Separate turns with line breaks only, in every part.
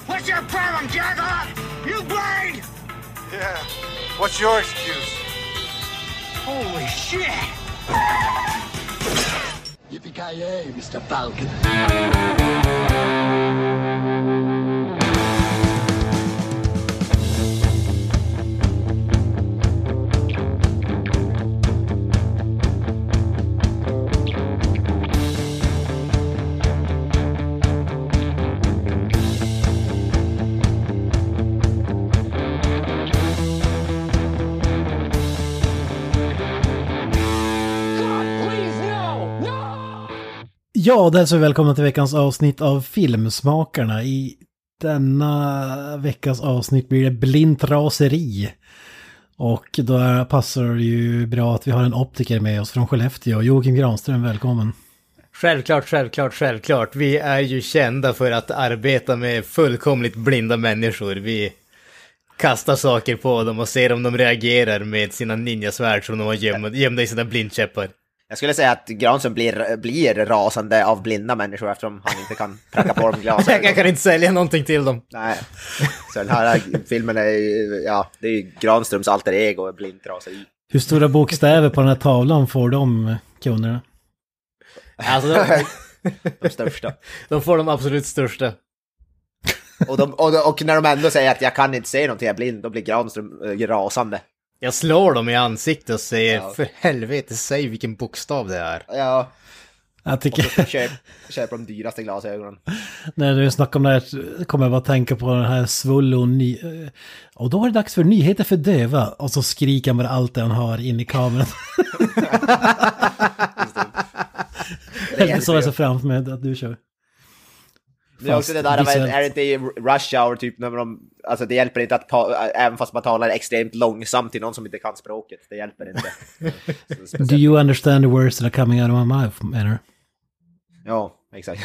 What's your problem, Juggernaut? You blind?
Yeah. What's your excuse?
Holy shit!
Yippee-ki-yay, Mr. Falcon.
Ja, där så välkomna till veckans avsnitt av Filmsmakarna. I denna veckas avsnitt blir det blint raseri. Och då passar det ju bra att vi har en optiker med oss från Skellefteå. Joakim Granström, välkommen.
Självklart. Vi är ju kända för att arbeta med fullkomligt blinda människor. Vi kastar saker på dem och ser om de reagerar med sina ninjasvärd som de har gömda i sina blindkäppar.
Jag skulle säga att Granström blir rasande av blinda människor eftersom han inte kan pracka på dem glasögon.
Jag kan inte sälja någonting till dem.
Nej, så den här filmen är det är ju Granströms alter ego, blint raseri.
Hur stora bokstäver på den här tavlan får de kunderna?
Alltså
De största.
De får de absolut största.
Och när de ändå säger att jag kan inte se någonting, jag är blind, då blir Granström rasande.
Jag slår dem i ansiktet och säger för helvete, säg vilken bokstav det är.
Ja.
Jag tycker...
Köper de dyraste glasögonen.
När du snackar om det här kommer jag bara tänka på den här Svullon. Och då är det dags för nyheter för döva. Och så skriker han bara allt det han har in i kameran. Det är så jag ser framför mig att du kör.
Det är också det där, är det inte i rush hour typ när alltså det hjälper inte att även fast man talar extremt långsamt till någon som inte kan språket, det hjälper inte.
Do you understand the words that are coming out of my mouth, Manor?
Ja, exakt.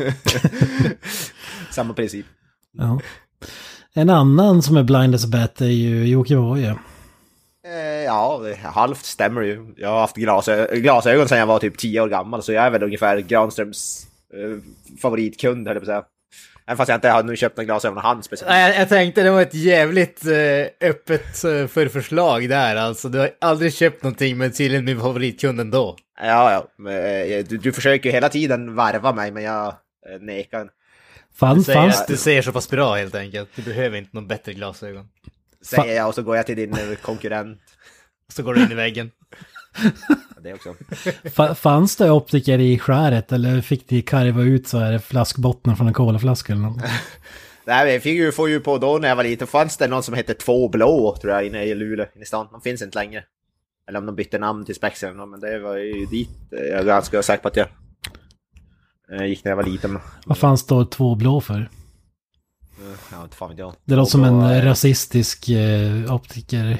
Samma princip.
Ja. En annan som är blind as a bat är ju Joakim Woje.
Ja, halvt stämmer ju. Jag har haft glasögon sedan jag var typ 10 år gammal, så jag är väl ungefär Granströms favoritkund, höll jag på att säga. Även fast jag inte har nu köpt en glasögon av han speciellt.
Nej, jag tänkte det var ett jävligt öppet för förslag där. Alltså, du har aldrig köpt någonting men tydligen min favoritkund ändå.
Ja. Du försöker ju hela tiden varva mig, men jag nekar.
Du ser så pass bra helt enkelt. Du behöver inte någon bättre glasögon.
Säger jag, och så går jag till din konkurrent.
Så går du in i väggen.
Det också.
Fanns det optiker i skäret eller fick de karva ut så här flaskbottnar från en kolaflaska eller något?
Nej, vi får ju på då när jag var liten. Fanns det någon som hette Två Blå, tror jag, inne i Luleå i stan. De finns inte längre. Eller om de bytte namn till Spex eller något, men det var ju dit. Jag är ganska säker på att jag gick när jag var liten.
Vad fanns då Två Blå för?
Ja, inte fan vet jag.
Det låter som en rasistisk optiker.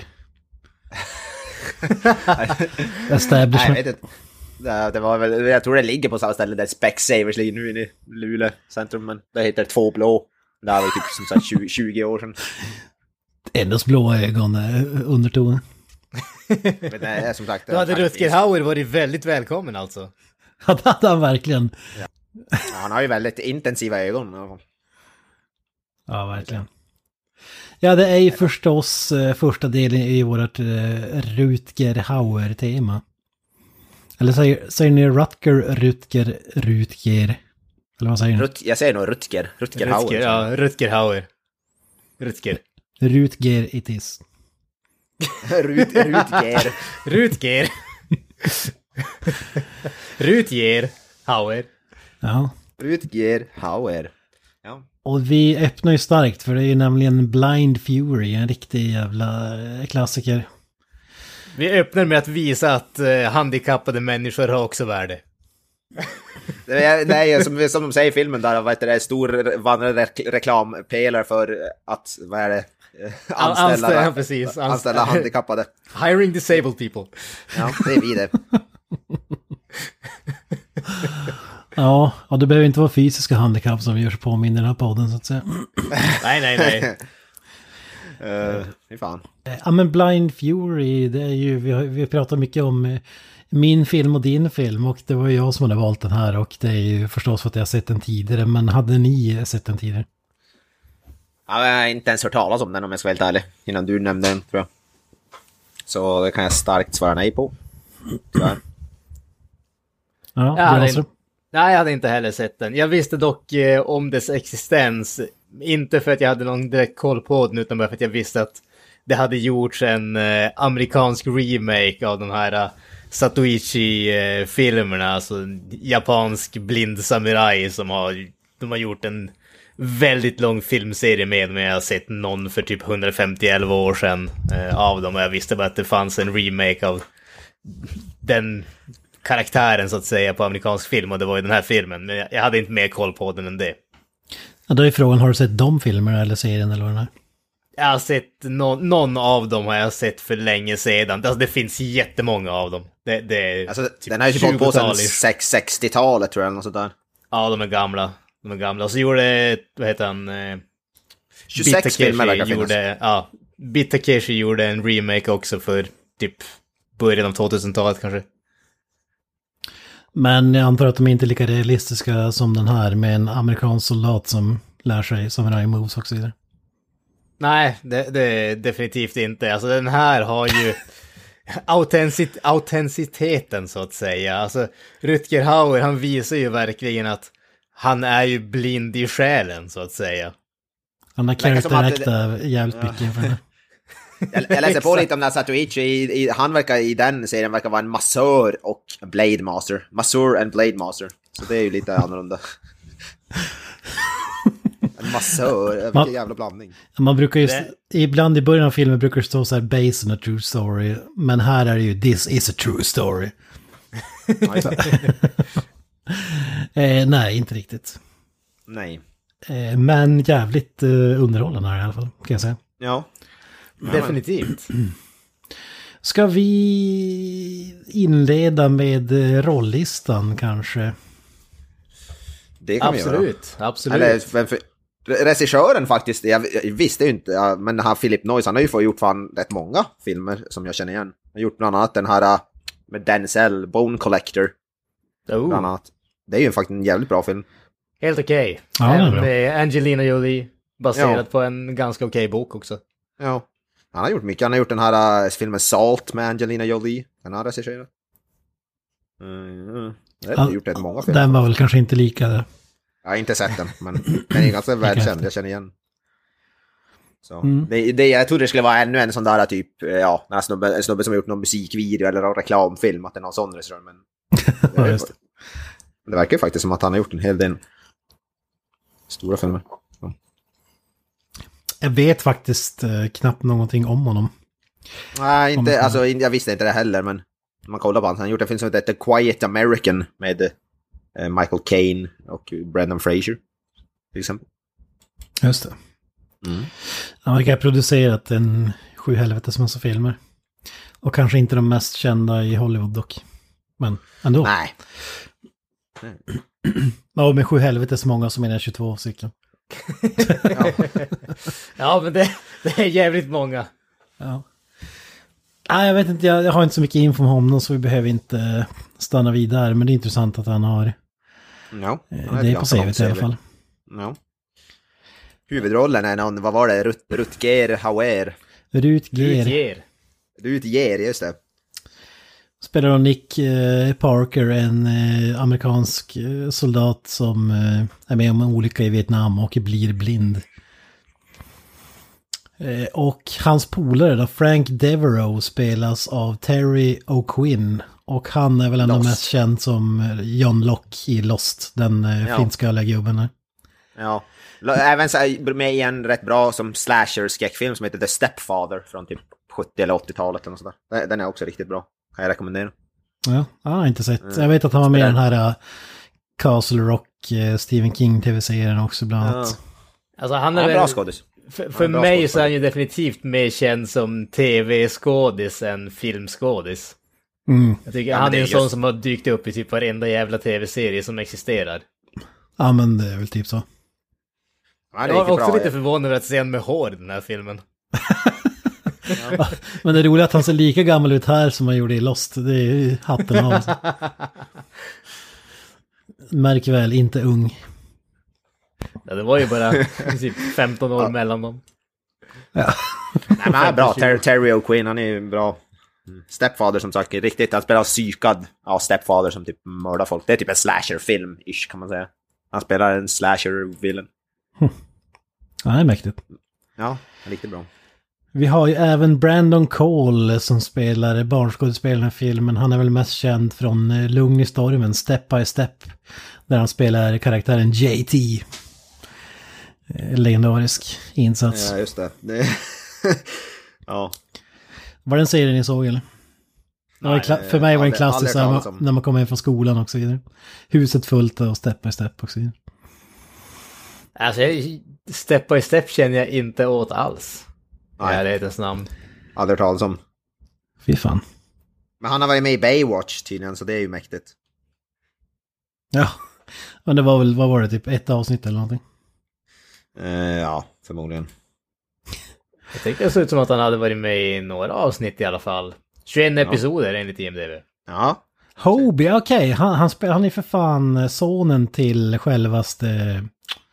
Establishment.
Nej, jag vet inte. Det var väl, jag tror det ligger på samma ställe där Specsavers ligger nu inne i Luleå centrum, men det heter Två Blå. Det här var typ som sagt 20 år sedan.
Endast blå ögon undertonen.
Men nej, som sagt,
då hade Rutger Hauer varit väldigt välkommen alltså.
Ja, det hade han verkligen.
Ja, han har ju väldigt intensiva ögon.
Ja, verkligen. Ja, det är ju förstås första delen i vårt Rutger Hauer-tema. Eller säger ni Rutger? Eller vad säger ni?
Jag säger nog Rutger Hauer.
Ja, Rutger Hauer.
Rutger it is.
Rutger Hauer.
Ja.
Rutger Hauer. Ja.
Och vi öppnar ju starkt för det är ju nämligen Blind Fury, en riktig jävla klassiker.
Vi öppnar med att visa att handikappade människor har också värde.
Nej, som de säger i filmen där, vad heter det, stor vandrande reklampelare för att, vad är det, anställa handikappade.
Hiring disabled people.
Ja, det är vi det.
Ja, och det behöver inte vara fysiska handikapp som vi gör sig påminner i den här podden så att säga.
Nej.
Fy fan.
Ja, men Blind Fury, det är ju, vi pratar mycket om min film och din film, och det var ju jag som hade valt den här, och det är ju förstås för att jag har sett den tidigare, men hade ni sett den tidigare?
Jag har inte ens hört talas om den om jag ska vara helt ärlig. Innan du nämnde den, tror jag. Så det kan jag starkt svara nej på. Tyvärr.
Ja,
Nej, jag hade inte heller sett den. Jag visste dock om dess existens. Inte för att jag hade någon direkt koll på den, utan bara för att jag visste att det hade gjorts en amerikansk remake av de här Satoichi-filmerna. Alltså japansk blind samurai som de har gjort en väldigt lång filmserie med, men jag har sett någon för typ 150-11 år sedan av dem, och jag visste bara att det fanns en remake av den karaktären så att säga på amerikansk film, och det var ju den här filmen, men jag hade inte mer koll på den än det.
Ja, då är frågan, har du sett de filmerna eller serien eller vad den är?
Jag har sett någon av dem har jag sett för länge sedan. Alltså, det finns jättemånga av dem. Det
alltså, typ den har ju typ på sedan 60-talet tror jag, eller något sånt där.
Ja, de är gamla. Och så gjorde, vad heter han?
26 filmer verkar finnas.
Ja, Bitakeshi gjorde en remake också för typ början av 2000-talet kanske.
Men jag antar att de är inte lika realistiska som den här med en amerikansk soldat som lär sig samurai moves och så vidare.
Nej, det är definitivt inte. Alltså den här har ju autenticiteten så att säga. Alltså Rutger Hauer, han visar ju verkligen att han är ju blind i själen så att säga.
Han har karaktäräkta jävligt mycket för det.
Jag läser på lite om den här Satoichi. Han verkar i den serien verkar vara en massör och blade master. Massör and blade master. Så det är ju lite annorlunda. En massör, vilken jävla blandning.
Man brukar ju, ibland i början av filmen brukar det stå så här based on a true story. Men här är det ju this is a true story. Nej, inte riktigt.
Nej.
Men jävligt underhållande här i alla fall, kan jag säga.
Ja.
Definitivt.
Ska vi inleda med rolllistan kanske?
Det kan
absolut, vi göra. Absolut.
Eller, regissören faktiskt, jag visste ju inte, men den här Philip Noyce, han har ju gjort fan rätt många filmer som jag känner igen. Han har gjort bland annat den här med Denzel, Bone Collector. Bland annat. Det är ju faktiskt en jävligt bra film.
Helt okej.
Ja,
med Angelina Jolie, baserat på en ganska okej bok också.
Ja. Han har gjort mycket. Han har gjort den här filmen Salt med Angelina Jolie. Den har regisserat. Jag har gjort rätt många filmer.
Den var väl kanske inte lika...
Jag har inte sett den, men den är ganska välkänd. Jag känner igen. Så. Jag trodde det skulle vara ännu en sån där typ, ja, en snubbe som har gjort någon musikvideo eller någon reklamfilm, att det är någon sån regissör, men det verkar ju faktiskt som att han har gjort en hel del stora filmer. Så.
Jag vet faktiskt knappt någonting om honom.
Nej, inte, alltså, jag visste inte det heller, men om man kollar på han har gjort en film som heter Quiet American med Michael Caine och Brendan Fraser till exempel.
Just det. Han verkar ha producerat en 7 helvetes massa filmer. Och kanske inte de mest kända i Hollywood dock. Men ändå.
Nej.
Ja, med 7 helvetes många som är 22 stycken.
Ja, men det är jävligt många.
Ja. Nej, jag vet inte, jag har inte så mycket info om honom så vi behöver inte stanna vidare. Men det är intressant att han har det är på CVt i alla fall.
Ja. Huvudrollen är någon, vad var det? Rutger Hauer.
Rutger,
just det.
Spelar då Nick Parker, en amerikansk soldat som är med om en olycka i Vietnam och blir blind. Och hans polare då, Frank Devereaux, spelas av Terry O'Quinn. Och han är väl ändå mest känd som John Locke i Lost, den finska gubben.
Ja, även med i en rätt bra som slasher-skräckfilm som heter The Stepfather från typ 70- eller 80-talet eller sådär. Den är också riktigt bra. Kan jag rekommendera.
Ja, jag har inte sett. Jag vet att han var med i den här Castle Rock Stephen King tv-serien också bland annat.
Alltså han är
bra skådis.
För mig så är han ju definitivt mer känd som tv-skådis än filmskådis. Jag tycker han är en sån som har dykt upp i typ varenda jävla tv-serie som existerar.
Ja, men det är väl typ så.
Ja,
jag var också lite förvånad över att se en med hår i den här filmen.
Ja, men det är roligt att han ser lika gammal ut här som han gjorde i Lost. Det är ju hatten av. Märk väl, inte ung.
Ja, det var ju bara typ 15 år mellan dem.
Ja.
Nej, men han är bra. Terry O'Quinn, han är ju bra. Stepfather som sagt, riktigt. Han spelar psykad. Ja, Stepfather som typ mördar folk. Det är typ en slasher-film-ish kan man säga. Han spelar en slasher-villain.
Ja, det är mäktigt.
Ja, riktigt bra.
Vi har ju även Brandon Cole som spelar barnskådespelaren i den här filmen. Han är väl mest känd från Lugn i stormen, Step by Step. Där han spelar karaktären JT. Legendarisk insats.
Ja, just det. Ja.
Var det en serie ni såg eller?
Nej,
för mig var det en klassisk
aldrig
när man kommer hem från skolan och så vidare. Huset fullt och Step by Step och så vidare.
Alltså, Step by Step känner jag inte åt alls.
Nej.
I ärlighetens namn.
Aldrig talas om.
Fy fan.
Men han har varit med i Baywatch tydligen, så det är ju mäktigt.
Ja, men det var väl, vad var det, typ ett avsnitt eller någonting?
Ja, förmodligen.
Jag tycker det såg ut som att han hade varit med i några avsnitt i alla fall. 21 episoder enligt IMDb.
Ja.
Hobie, okej. Han är för fan sonen till självaste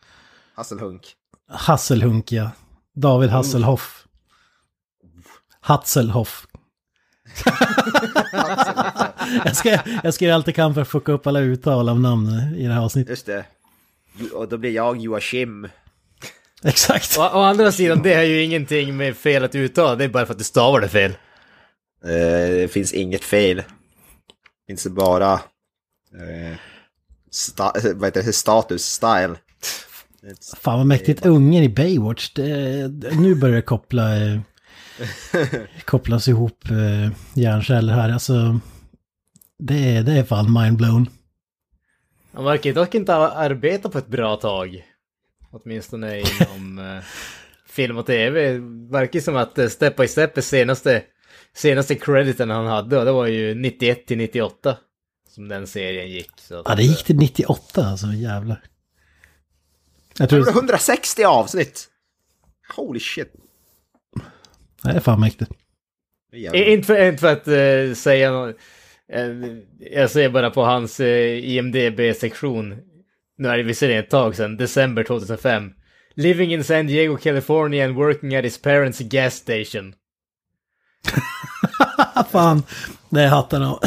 Hasselhunk, ja. David Hasselhoff. Hatzelhoff. jag ska göra allt jag kan för att fucka upp alla uttal av namn i det här avsnittet.
Just det. Och då blir jag Joachim.
Exakt.
Å andra sidan, det har ju ingenting med fel att uttala. Det är bara för att du stavar det fel.
Det finns inget fel. Det finns bara status, style.
Fan vad mäktigt. Ungen i Baywatch. Nu börjar det kopplas ihop hjärnceller här. Alltså, det är fan mindblown.
Han verkar dock inte ha arbetat på ett bra tag. Åtminstone inom film och tv. Verkar som att Step by Step är senaste crediten han hade. Och det var ju 91 till 98 som den serien gick. Så
ja, det gick till 98 alltså, jävlar.
Jag tror det var 160 avsnitt. Holy shit.
Det är fan mäktigt.
Inte för att säga något. Jag ser bara på hans IMDb-sektion. Nu är det visserligen ett tag sedan. December 2005. Living in San Diego, California and working at his parents' gas station.
Fan, det är hattarna.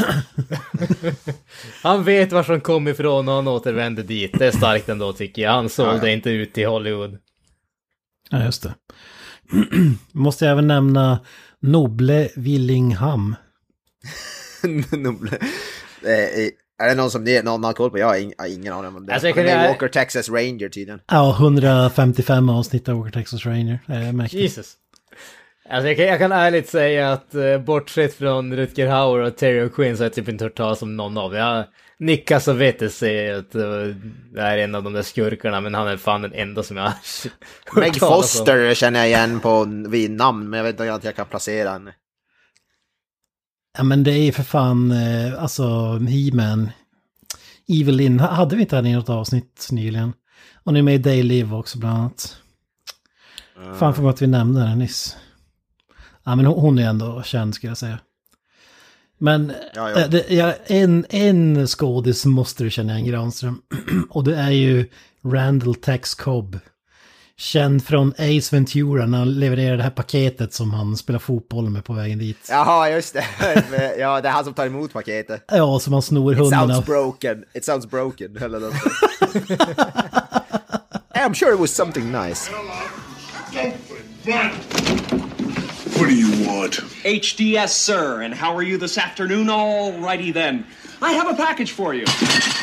Han vet var som kom ifrån och han återvände dit. Det är starkt ändå tycker jag. Han sålde inte ut till Hollywood.
Ja, just det. Måste jag även nämna Noble Willingham.
Noble. Är det någon som någon har koll på? Jag har ingen aning om det.
Alltså,
Walker Texas Ranger tydligen.
Ja, 155 avsnitt av Walker Texas Ranger.
Jesus. Alltså jag kan ärligt säga att bortsett från Rutger Hauer och Terry O'Quinn så har jag typ inte hört talas om någon av. Nick Cassavetes säger att det är en av de där skurkarna, men han är fan den enda som jag har hört
Meg Foster känner jag igen vid namn, men jag vet inte att jag kan placera henne.
Ja, men det är ju för fan, alltså He-Man. Evelyn, hade vi inte henne i något avsnitt nyligen? Och nu är med i Day Live också bland annat. Fan för att vi nämnde den nyss. Ja, men hon är ändå känd skulle jag säga. Men en skådis måste du känna igen, Granström. Och det är ju Randall Tex Cobb. Känd från Ace Ventura när han levererar det här paketet som han spelar fotboll med på vägen dit.
Jaha, just det. Ja, det är han som tar emot paketet.
Ja, som han snor hunden av.
It sounds broken. I'm sure it was something nice.
What do you want?
HDS, sir. And how are you this afternoon? All righty then. I have a package for you.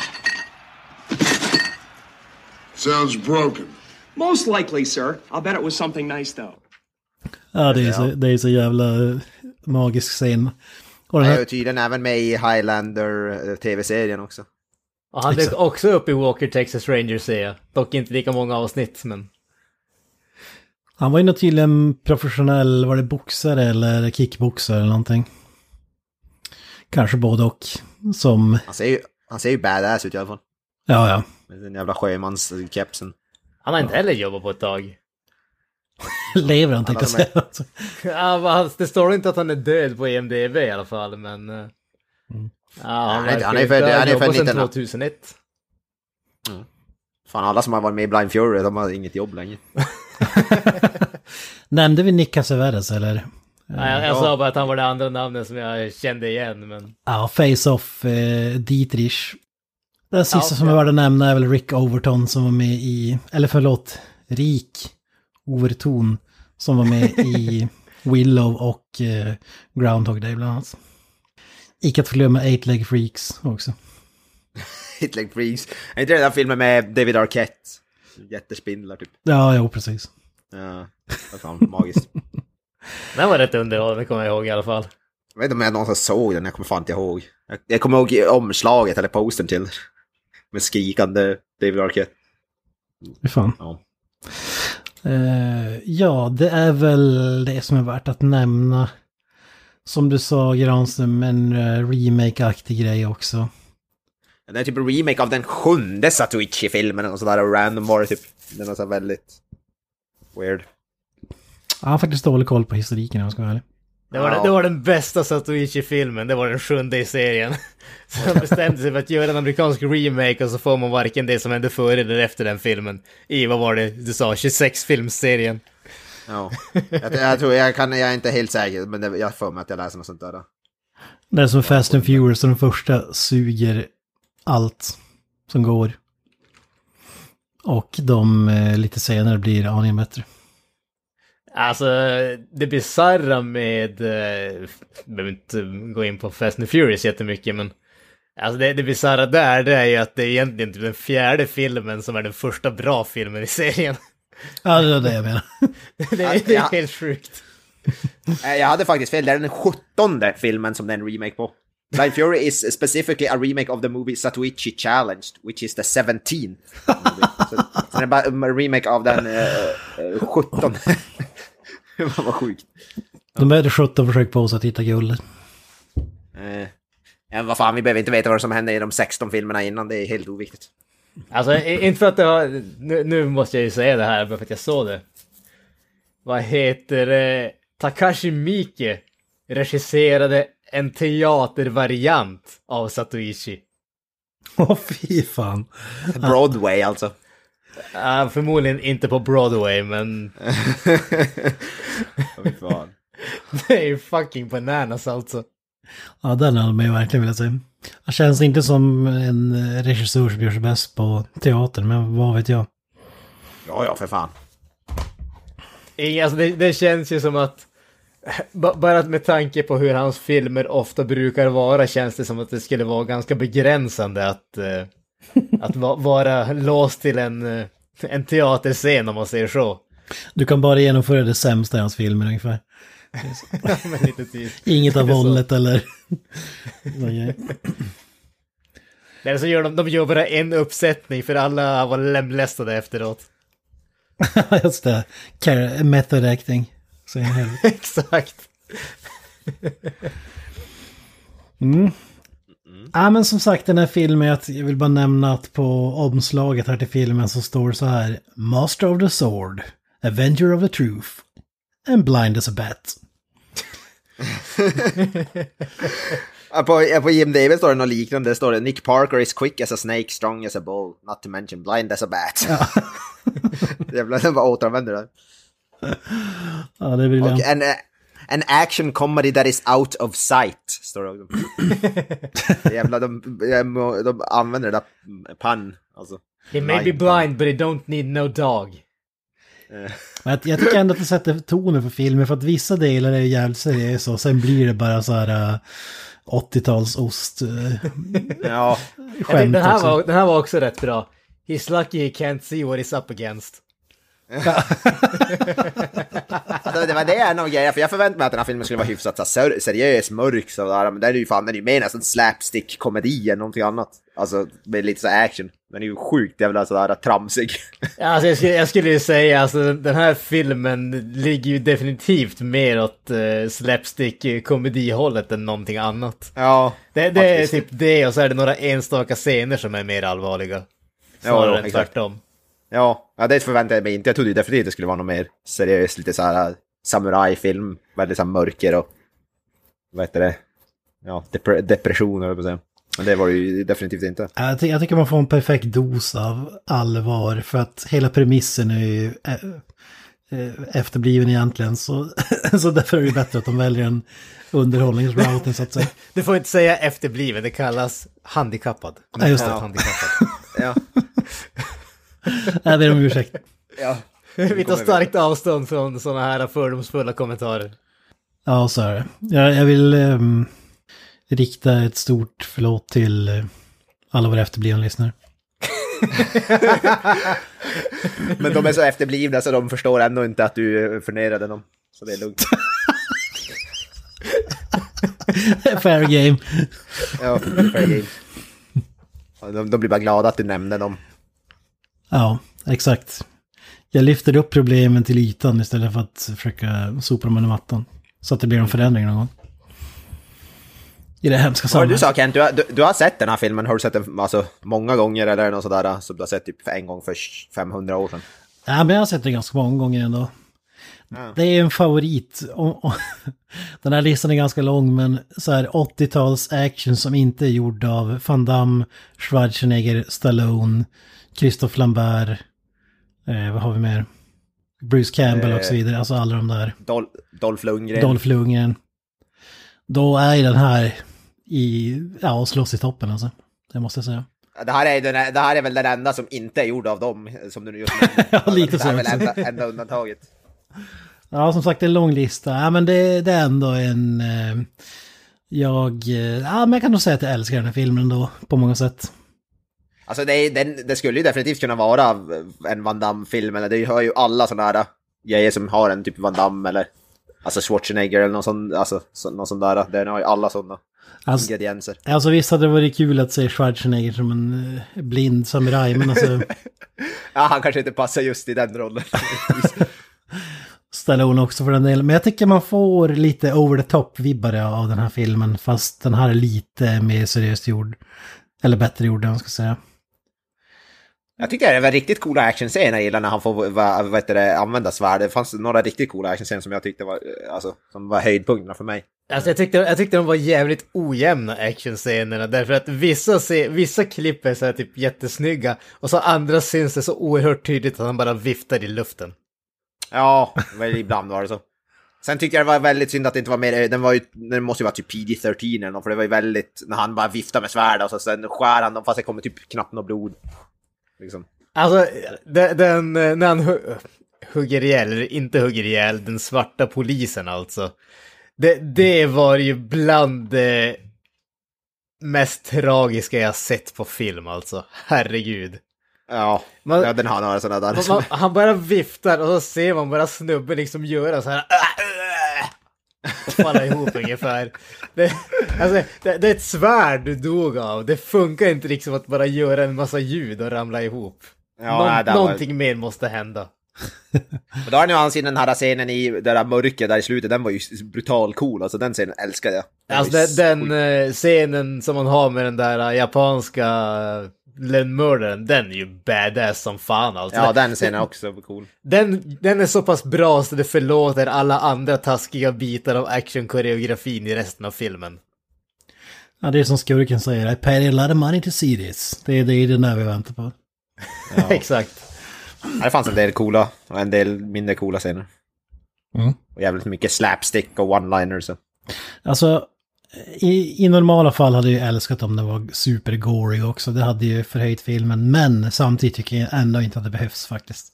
Sounds broken.
Most likely, sir. I'll bet it was something nice, though.
Ja, det är så jävla magisk scen. Och
Han är ju tydligen även med i Highlander tv-serien också.
Och han dök också upp i Walker Texas Ranger, ser jag. Dock inte lika många avsnitt, men...
Han var ju tydligen professionell, var det boxare eller kickboxare eller någonting. Kanske både och. Som...
Han ser ju badass ut i alla fall.
Ja.
Med den jävla sjömanskepsen.
Han har inte heller jobbat på ett tag.
Lever han, tänkte jag säga.
Ja, det står inte att han är död på IMDb i alla fall, men... Ja, han är född
1900.
2001.
Fan, alla som har varit med i Blind Fury, de har inget jobb längre.
Nämnde vi Nick Cassavetes eller?
Nej, jag sa bara att han var det andra namnet som jag kände igen, men...
Ja, Face-Off, Dietrich. Den sista som jag var att nämna är väl Rick Overton som var med i... Eller förlåt, Rik Overton som var med i Willow och Groundhog Day bland annat. Icke att förglömma Eight Leg Freaks också.
Eight Leg Freaks. Är inte det den filmen med David Arquette? Jättespindlar typ.
Ja, jo, precis.
Ja, det var fan magiskt.
Den var rätt underhållande, kommer jag ihåg i alla fall.
Jag vet inte om jag någonsin såg den, jag kommer fan inte ihåg. Jag kommer ihåg omslaget eller postern till med skrikande David Arquette.
Hur fan.
Ja.
Ja, det är väl det som är värt att nämna. Som du sa, Granström, en remake-aktig grej också.
Det är typ en remake av den 7:e Satoichi-filmen och sådär, random var det typ. Den var så väldigt weird.
Jag har faktiskt dålig koll på historiken om jag ska vara ärlig.
Det var den bästa Satoichi-filmen, det var den 7:e i serien. Så de bestämde sig för att göra en amerikansk remake och så får man varken det som hände före eller efter den filmen. I, vad var det du sa, 26-filmserien.
Ja, jag tror, jag är inte helt säker, men jag får mig att jag läser något sånt där.
Det är som Fast and Furious, den första suger allt som går. Och de lite senare blir aningen bättre.
Alltså, det bizarra med... jag behöver inte gå in på Fast and Furious jättemycket, men... Alltså det bizarra där, det är ju att det är egentligen den 4:e filmen som är den första bra filmen i serien.
Ja, det är det jag menar.
det är helt sjukt.
Jag hade faktiskt fel, det är den 17:e filmen som det är en remake på. Blind Fury is specifically a remake of the movie Satoichi Challenged, which is the 17th movie. Så det är bara en remake av den 17. Vad sjukt.
De hade 17 försök på oss att hitta guldet.
Vad fan, vi behöver inte veta vad som hände i de 16 filmerna innan, det är helt oviktigt.
Alltså, inte för att det har... Nu måste jag ju säga det här, bara för att jag såg det. Vad heter det? Takashi Miike regisserade en teatervariant av Satoichi.
Åh, fy fan.
Broadway alltså.
Förmodligen inte på Broadway, men...
Fan.
Det är ju fucking bananas alltså.
Ja, den hade man ju verkligen velat säga. Det känns inte som en regissör som gör sig bäst på teater, men vad vet jag.
Ja, för fan.
Alltså det känns ju som att bara med tanke på hur hans filmer ofta brukar vara, känns det som att det skulle vara ganska begränsande att vara låst till en teaterscen, om man säger så.
Du kan bara genomföra det sämsta i hans filmer ungefär.
Men lite tid.
Inget av våldet eller...
Eller så gör de gör bara en uppsättning för alla var lemlästade efteråt.
Just det. Method acting.
Exakt.
Ja, men som sagt, den här filmen, jag vill bara nämna att på omslaget här till filmen så står så här: Master of the Sword, Avenger of the Truth, and Blind as a Bat.
På Jim David står det något liknande. Det står det: Nick Parker is quick as a snake, strong as a bull, not to mention blind as a bat. Ja. Jag bara återanvänder det.
Ja, det blir
och an action comedy that is out of sight, står det också. Jävla, de använder det där pann. Alltså.
He may be blind, but he don't need no dog.
Jag tycker ändå att det sätter tonen för filmen, för att vissa delar är jävligt seriösa och sen blir det bara så här 80-tals ost.
Ja.
Den här var också rätt bra. He's lucky he can't see what he's up against.
Alltså, det var det en av grejerna, för jag förväntade mig att den här filmen skulle vara hyfsat så seriös, mörk sådär, men det är ju fan, den är ju mer nästan slapstick-komedi än någonting annat. Alltså med lite så action. Den är ju sjukt jävla sådär tramsig.
Ja, alltså jag skulle ju säga, alltså den här filmen ligger ju definitivt mer åt slapstick-komedihållet än någonting annat.
Ja.
Det är typ det, och så är det några enstaka scener som är mer allvarliga. Snarare än tvärtom.
Ja, det förväntade jag mig inte. Jag trodde ju definitivt det skulle vara något mer seriöst, lite så här samurajfilm, väldigt så här mörker och vad heter det? Ja, depression eller på att säga. Men det var det ju definitivt inte.
Jag tycker man får en perfekt dos av allvar, för att hela premissen är ju efterbliven egentligen, så därför är det bättre att de väljer en underhållningsrouten så att säga.
Du får inte säga efterbliven, det kallas handikappad.
Ja, just det.
Handikappad.
Ja.
Jag ber om ursäkt.
Ja.
Vi tar starkt avstånd från sådana här fördomsfulla kommentarer.
Ja, så är det. Jag vill rikta ett stort förlåt till alla våra efterblivna lyssnare.
Men de är så efterblivna så de förstår ändå inte att du förnerade dem. Så det är lugnt.
Fair game.
Ja, fair game. De blir bara glada att du nämnde dem.
Ja, exakt. Jag lyfter upp problemen till ytan istället för att försöka sopa dem under mattan. Så att det blir en förändring någon gång. I det hemska samhället.
Du sa Kent, du har sett den här filmen. Har du sett den alltså, många gånger eller något sådär? Så du har sett typ en gång för 500 år sedan.
Ja, men jag har sett det ganska många gånger ändå. Ja. Det är en favorit. Den här listan är ganska lång, men så här 80-tals action som inte är gjord av Van Damme, Schwarzenegger, Stallone, Christophe Lambert, vad har vi mer? Bruce Campbell och så vidare. Alltså alla de där.
Dolph Lundgren. Då är den här och slåss i toppen alltså. Det måste jag säga. Det här är väl den enda som inte är gjord av dem, som du just nämnde.
Ja, lite så.
Det här är väl enda undantaget.
Ja, som sagt, det är en lång lista. Ja, men det är ändå en... men jag kan nog säga att jag älskar den här filmen ändå, på många sätt. Alltså,
det skulle ju definitivt kunna vara en Van Damme-film, eller det har ju alla sådana här grejer som har en typ Van Damme, eller alltså Schwarzenegger eller någon sån där. Den har ju alla sådana ingredienser.
Alltså visst hade det varit kul att se Schwarzenegger som en blind samurai, men alltså...
Ja, han kanske inte passar just i den rollen.
Stallone också för den delen. Men jag tycker man får lite over the top-vibbare av den här filmen, fast den här är lite mer seriöst gjord. Eller bättre gjord, jag ska säga.
Jag tycker det var riktigt coola actionscener när han får använda svärd. Det fanns några riktigt coola actionscener som jag tyckte var, alltså, som var höjdpunkterna för mig.
Alltså jag tyckte de var jävligt ojämna actionscenerna, därför att vissa klipp är så här typ jättesnygga och så andra syns det så oerhört tydligt att han bara viftar i luften. Ja,
ibland var det så. Sen tycker jag det var väldigt synd att det inte var mer, den måste ju vara typ PG-13 eller något, för det var ju väldigt, när han bara viftar med svärd och så sen skär han dem fast det kommer typ knappt något blod. Liksom.
Alltså, när han hugger ihjäl, eller inte hugger ihjäl, den svarta polisen alltså. Det var ju bland det mest tragiska jag sett på film alltså. Herregud.
Ja, den har några sådana där.
Han bara viftar och så ser man bara snubben liksom göra så här och falla ihop ungefär. Det är ett svärd du dog av. Det funkar inte liksom att bara göra en massa ljud och ramla ihop. Ja, någonting mer måste hända.
Och då har ni ansett den här scenen i det där mörker där i slutet, den var ju brutal cool, alltså den scenen älskade jag.
Alltså den scenen som man har med den där japanska lönnmördaren, den är ju badass som fan alltså.
Ja, den scenen är också cool.
Den är så pass bra så det förlåter alla andra taskiga bitar av actionkoreografin i resten av filmen.
Ja, det är som skurken säger, I paid a lot of money to see this. Det är den där vi väntar på.
Ja. Exakt.
Ja, det fanns en del coola och en del mindre coola scener. Och jävligt mycket slapstick och one-liners.
Alltså, i normala fall hade jag älskat om det var super-gory också. Det hade ju förhöjt filmen. Men samtidigt tycker jag ändå inte att det behövs faktiskt.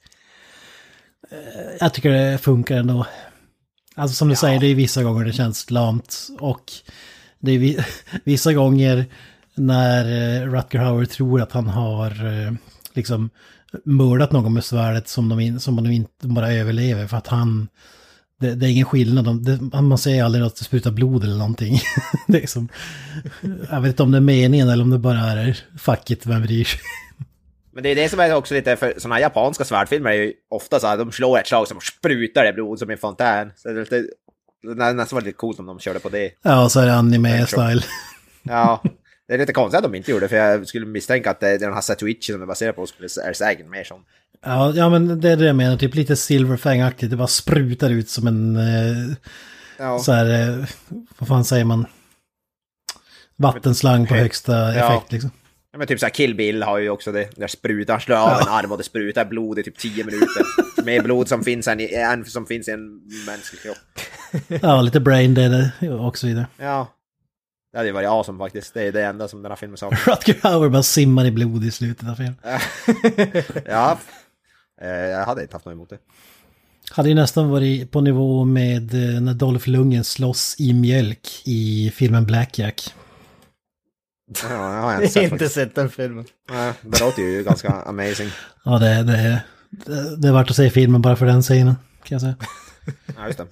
Jag tycker det funkar ändå. Alltså som du säger, det är vissa gånger det känns lamt. Och det är vissa gånger när Rutger Hauer tror att han har liksom mördat någon med svärdet som de inte bara överlever. För att det är ingen skillnad. Man säger aldrig att det sprutar blod eller någonting. Det är som, jag vet inte om det är meningen eller om det bara är fucket, vem bryr sig.
Men det är det som är också lite, för såna här japanska svärdfilmer är ju ofta så att de slår ett slag som sprutar det blod som en fontän. Så det är nästan lite coolt om de körde på det.
Ja, så är det anime-style.
Ja, det är lite konstigt att de inte gjorde det, för jag skulle misstänka att den här Satuichi som är baserad på är säkert mer som.
Ja, men det är det jag menar, typ lite Silverfang-aktigt, det bara sprutar ut som en så här, vad fan säger man? vattenslang på högsta effekt liksom.
Ja, men typ såhär Kill Bill har ju också det. Där sprutar, slår av en arm och det sprutar blod i typ 10 minuter. Mer blod som finns än som finns i en mänsklig kropp.
Ja, lite brain dead och så vidare.
Ja. Det hade ju varit awesome faktiskt. Det är det enda som den här filmen saknar.
Rutger Hauer bara simmar i blod i slutet av filmen.
Ja. Jag hade inte haft något emot det.
Hade ju nästan varit på nivå med när Dolph Lundgren slåss i mjölk i filmen Blackjack.
Ja, jag har
inte sett den filmen.
Nej, det låter ju ganska amazing.
Ja, det är värt att se filmen bara för den scenen, kan jag säga.
Ja, just det.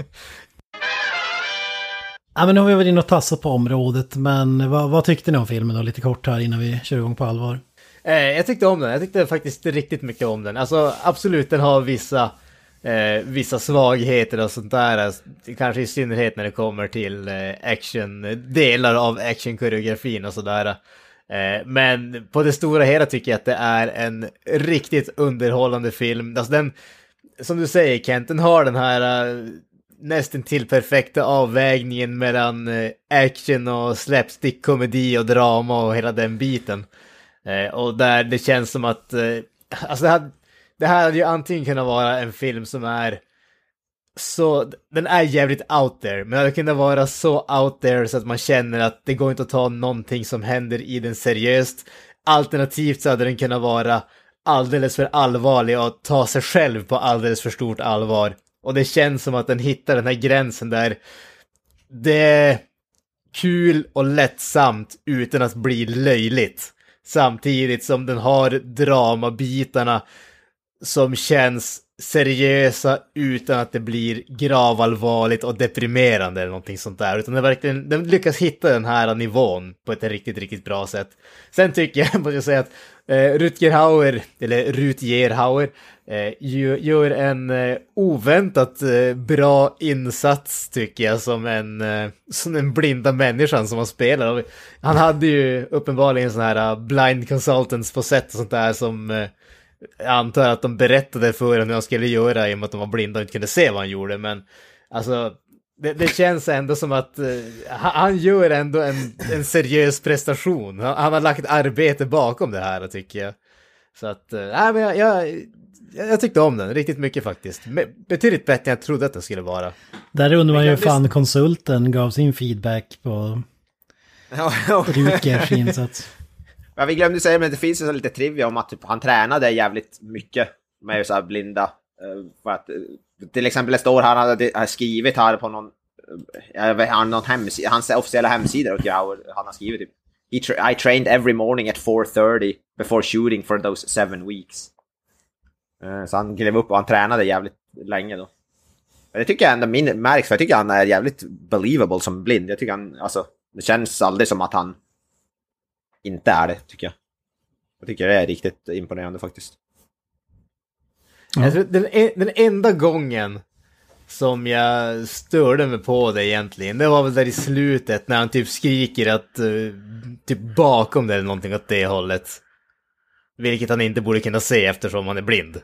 Ja, men nu har vi varit inne och tassat på området, men vad tyckte ni om filmen då? Lite kort här innan vi kör igång på allvar.
Jag tyckte om den. Jag tyckte faktiskt riktigt mycket om den. Alltså absolut, den har vissa svagheter och sånt där. Kanske i synnerhet när det kommer till delar av actionkoreografin och sådär. Men på det stora hela tycker jag att det är en riktigt underhållande film. Alltså den, som du säger Kent, den har den här nästan till perfekta avvägningen mellan action och slapstick, komedi och drama och hela den biten. Och där det känns som att alltså det här hade ju antingen kunnat vara en film som är så, den är jävligt out there, men det hade kunnat vara så out there så att man känner att det går inte att ta någonting som händer i den seriöst. Alternativt så hade den kunnat vara alldeles för allvarlig och ta sig själv på alldeles för stort allvar. Och det känns som att den hittar den här gränsen där det är kul och lättsamt utan att bli löjligt. Samtidigt som den har dramabitarna som känns seriösa utan att det blir gravallvarligt och deprimerande eller någonting sånt där. Utan den lyckas hitta den här nivån på ett riktigt, riktigt bra sätt. Sen tycker jag, måste jag säga att Rutger Hauer gör en oväntat bra insats tycker jag som en blinda människan som han spelar. Han hade ju uppenbarligen sån här blind consultants på sätt och sånt där som jag antar att de berättade för honom hur han skulle göra i och med att de var blinda och inte kunde se vad han gjorde. Men alltså det känns ändå som att han gör ändå en seriös prestation. Han har lagt arbete bakom det här tycker jag. Så att men jag tyckte om den riktigt mycket faktiskt. Betydligt bättre än jag trodde att den skulle vara.
Där undrar man ju fan konsulten gav sin feedback på Rutgers insats.
Ja, vi glömde säga, men det finns ju så lite trivia om att typ, han tränade jävligt mycket med så här blinda. För att, till exempel det står han hade skrivit här på någon hemsida, hans officiella hemsida och han har skrivit typ I trained every morning at 4:30 before shooting for those 7 weeks. Så han klev upp och han tränade jävligt länge då. Men det tycker jag ändå märks, för jag tycker han är jävligt believable som blind. Jag tycker han, alltså, det känns aldrig som att han inte är det, tycker jag. Jag tycker det är riktigt imponerande faktiskt.
Jag tror den enda gången som jag störde mig på det egentligen, det var väl där i slutet när han typ skriker att typ bakom det eller någonting åt det hållet. Vilket han inte borde kunna se eftersom han är blind.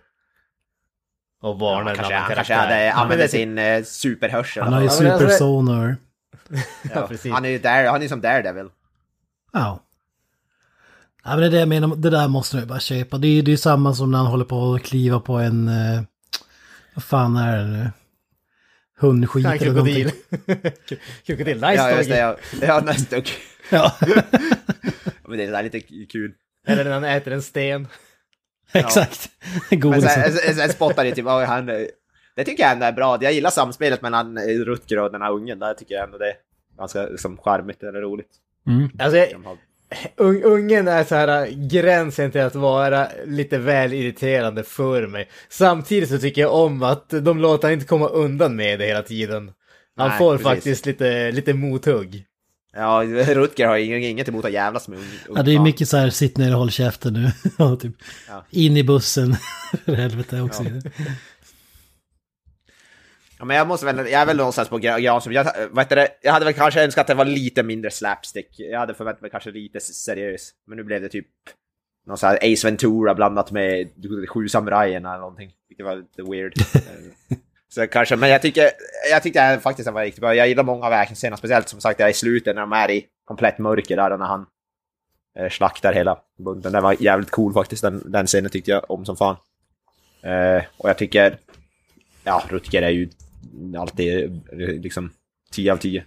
Och varnar en annan karaktär.
Han använder sin superhörsel.
Han har ju supersonar.
Ja, precis.
Han är som Daredevil.
Ja. Ja, men det är det jag menar, det där måste du bara köpa. Det är ju samma som när han håller på att kliva på en... vad fan är det nu? Hundskit eller någonting.
Krokodil, nice.
Ja, just det. Ja, nästa.
Ja.
Men det är där lite kul.
Eller när han äter en sten.
Exakt.
Men sen spottar det typ, det tycker jag ändå är bra. Jag gillar samspelet mellan Rutger och den här ungen. Där tycker jag ändå det är ganska liksom, charmigt eller roligt.
Alltså, ungen är så här gränsen till att vara lite väl irriterande för mig. Samtidigt så tycker jag om att de låter han inte komma undan med det hela tiden. Han får faktiskt lite mothugg.
Ja, Rutger har inget emot att jävlas med
ja, det är mycket så här, sitt ner och håll käften nu. Typ.
Ja.
In i bussen. För helvete också.
Ja, men jag är väl någonstans på Granström. Jag hade väl kanske önskat att det var lite mindre slapstick. Jag hade förväntat mig kanske lite seriös. Men nu blev det typ någon så här Ace Ventura blandat med 7 samurajen eller någonting. Vilket var lite weird. Så kanske, men jag tyckte faktiskt att det var riktigt bra. Jag gillar många av actionscenerna, speciellt som sagt i slutet när de är i komplett mörker där när han slaktar hela bunten. Den var jävligt cool faktiskt, den scenen tyckte jag om som fan. Och jag tycker Rutger är ju alltid liksom 10 av 10.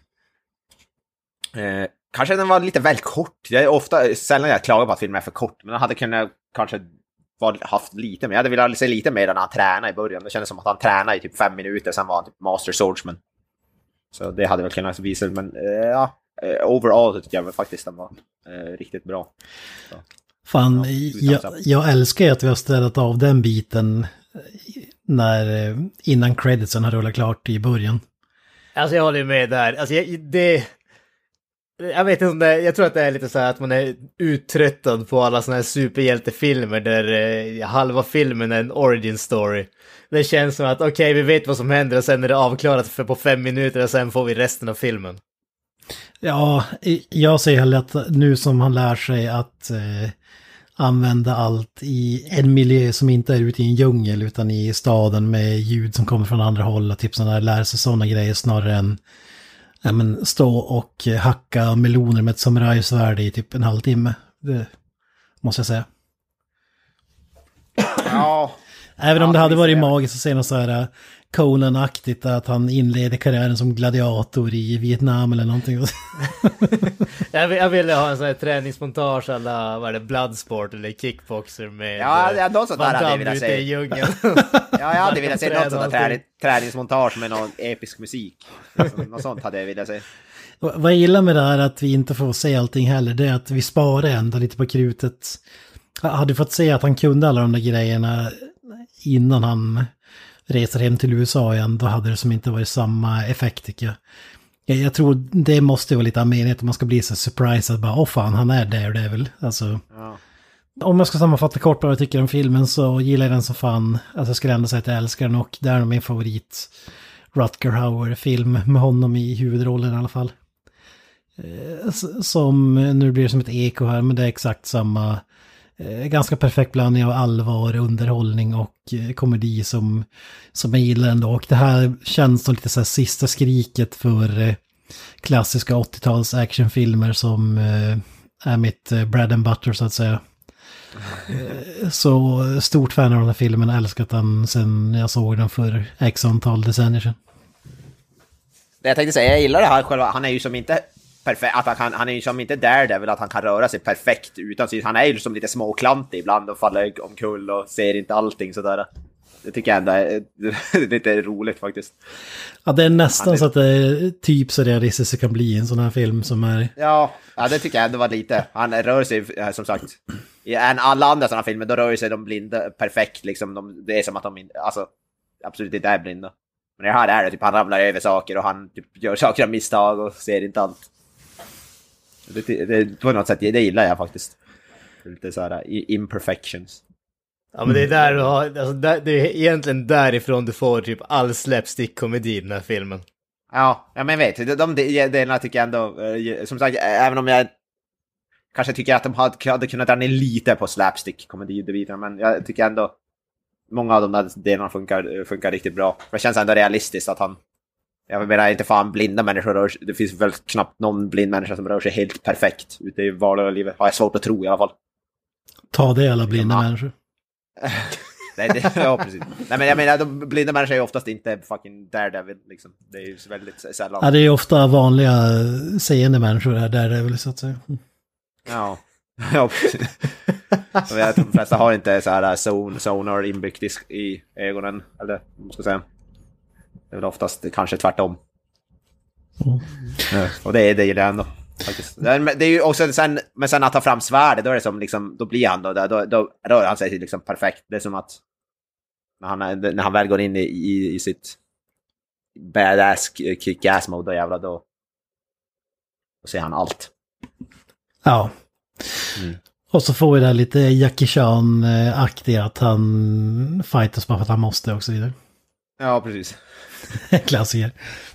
Kanske den var lite väl kort. Jag är ofta sällan jag klagar på att filmen är för kort, men den hade kunnat kanske haft lite mer. Jag hade velat se lite mer när han tränade i början. Det kändes som att han tränade i typ 5 minuter, sen var han typ master swordsman. Så det hade väl kunnat visa, men overall tycker jag faktiskt den var riktigt bra. Så.
Fan, jag älskar att vi har ställt av den biten innan creditsen har rullat klart i början.
Alltså jag håller med där. Alltså jag vet inte om jag tror att det är lite så här att man är uttröttad på alla såna här superhjältefilmer där halva filmen är en origin story. Det känns som att okej, vi vet vad som händer och sen är det avklarat på 5 minuter och sen får vi resten av filmen. Ja,
jag säger heller att nu som han lär sig att använda allt i en miljö som inte är ute i en djungel utan i staden med ljud som kommer från andra håll och typ sådana där, lär sig sådana grejer snarare än stå och hacka meloner med ett samurajsvärd i typ en halvtimme. Det måste jag säga.
Ja.
Även om det hade varit magiskt att se något så här Conan-aktigt att han inleder karriären som gladiator i Vietnam eller någonting.
jag ville ha en sån här träningsmontage alla, vad är det, Bloodsport eller Kickboxer med
något sånt där hade jag velat se.
I djungeln.
Jag hade velat se något sånt där träningsmontage med någon episk musik. Något sånt hade jag velat se.
Vad jag gillar med det här att vi inte får se allting heller, det är att vi sparar ändå lite på krutet. Hade fått se att han kunde alla de där grejerna innan han reser hem till USA igen, då hade det som inte varit samma effekt tycker jag. Jag tror det måste vara lite anledning att man ska bli så surprised bara, fan, han är där, det är väl. Alltså, om jag ska sammanfatta kort vad jag tycker om filmen så gillar jag den så fan. Alltså jag skulle ändå säga att jag älskar den och det är min favorit Rutger Hauer-film med honom i huvudrollen i alla fall. Som, nu blir det som ett eko här, men det är exakt samma. Ganska perfekt blandning av allvar, underhållning och komedi som jag gillar ändå. Och det här känns som lite så här sista skriket för klassiska 80-tals actionfilmer som är mitt bread and butter så att säga. Så stort fan av den här filmen, älskat den sen jag såg den för x antal decennier sedan.
Det jag tänkte säga, jag gillar det här själva, han är ju som inte perfekt, att han är ju som inte Daredevil att han kan röra sig perfekt utan sig. Han är ju som lite småklantig ibland och faller omkull och ser inte allting sådär. Det tycker jag ändå är lite roligt faktiskt.
Ja, det är nästan så att det är typ så realistiskt det kan bli en sån här film som är...
Ja, det tycker jag ändå var lite. Han rör sig som sagt. I alla andra sådana filmer då rör sig de blinda perfekt liksom. Det är som att de alltså, absolut inte är blinda. Men det här är det typ, han ramlar över saker och han typ gör saker av misstag och ser inte allt. Det på något sätt, det gillar jag faktiskt. Lite så här imperfections.
Ja, men det är där du har, alltså det är egentligen därifrån du får typ all slapstick-komedi i den här filmen. Ja,
men vet, de delarna tycker jag ändå, som sagt, även om jag kanske tycker att de hade kunnat dra ner lite på slapstick-komedi, men jag tycker ändå många av de där delarna funkar riktigt bra. Det känns ändå realistiskt att han, jag menar inte fan blinda människor det finns väl knappt någon blind människa som rör sig helt perfekt ute i vardagliga livet. Har jag svårt att tro i alla fall.
Ta det alla blinda människor.
Nej, ja, precis. Nej, men jag menar, de blinda människor är oftast inte fucking Daredevil liksom. Det är ju väldigt sällan.
Ja, det är ju ofta vanliga seende människor här Daredevil så att säga.
Ja, precis. De flesta har inte så här sonar inbyggt i ögonen, eller vad man ska säga. Det är väl oftast kanske tvärtom. Ja, och det gillar jag ändå. Faktiskt. Det är ju också sen att ta fram svärdet, då är det som liksom, då blir han då rör han sig liksom perfekt. Det är som att när han väl går in i sitt badass kick-ass mode då jävla då ser han allt.
Ja. Och så får vi det här lite Jackie Chan-aktiga att han fightas bara för att han måste och så vidare.
Ja, precis.
Klassiker.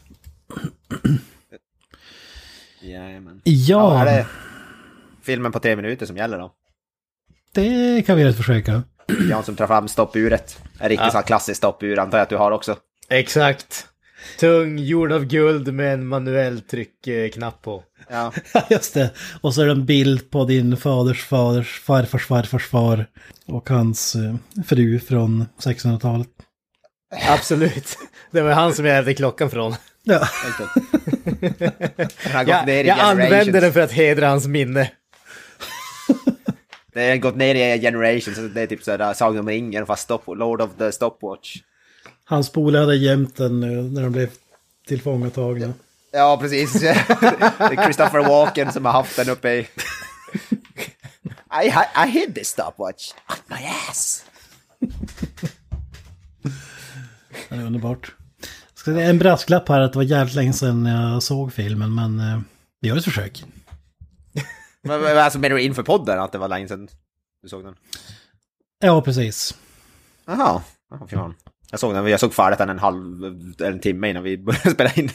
Jajamän.
Ja.
Är det filmen på 3 minuter som gäller då?
Det kan vi göra ett försöka.
Jag som tar fram stoppuret. Är riktigt så klassiskt stoppur, antar jag att du har också.
Exakt. Tung, gjord av guld med en manuell tryckknapp på.
Ja.
Just det. Och så är det en bild på din faders farfars far och hans fru från 1600-talet.
Absolut. Det var han som jag hade klockan från.
Ja.
Jag använder den för att hedra hans minne.
Det har gått ner i generations, så det är typ sådär Sagan om ringen fast Lord of the Stopwatch.
Hans polare hade gömt den när de blev tillfångatagna.
Ja, precis. Det är Christopher Walken som har haft den uppe i... I hid this stopwatch on my ass.
Det är underbart. Ska det en brasklapp här att det var jävligt länge sedan jag såg filmen, men vi gör ett försök.
Alltså menar du inför podden att det var länge sedan du såg den?
Ja, precis.
Jaha, jag såg den. Jag såg färdigt en timme innan vi började spela in.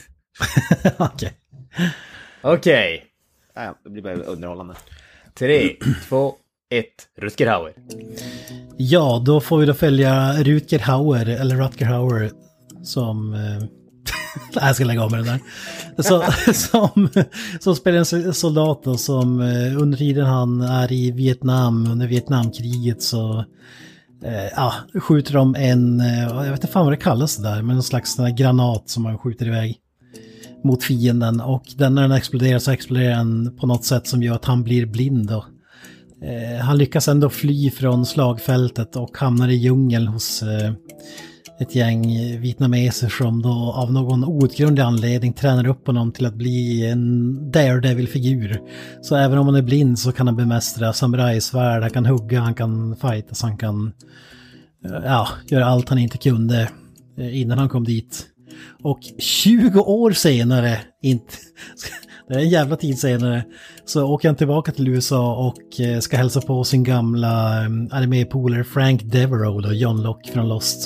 Okej.
Ja, det blir bara underhållande.
3, 2, 1. Rutger Hauer.
Ja, då får vi då följa Rutger Hauer som... jag ska lägga av med det där. Som spelar en soldat då, som under tiden han är i Vietnam, under Vietnamkriget så skjuter de jag vet inte fan vad det kallas det där, men en slags granat som man skjuter iväg mot fienden, och när den exploderar så exploderar den på något sätt som gör att han blir blind då. Han lyckas ändå fly från slagfältet och hamnar i djungeln hos ett gäng vietnameser som då av någon outgrundlig anledning tränar upp honom till att bli en daredevil-figur. Så även om han är blind så kan han bemästra samurajsvärd, han kan hugga, han kan fightas, han kan göra allt han inte kunde innan han kom dit. Och 20 år senare, det är en jävla tid senare, så åker han tillbaka till USA och ska hälsa på sin gamla armépolare Frank Devereaux och John Locke från Lost.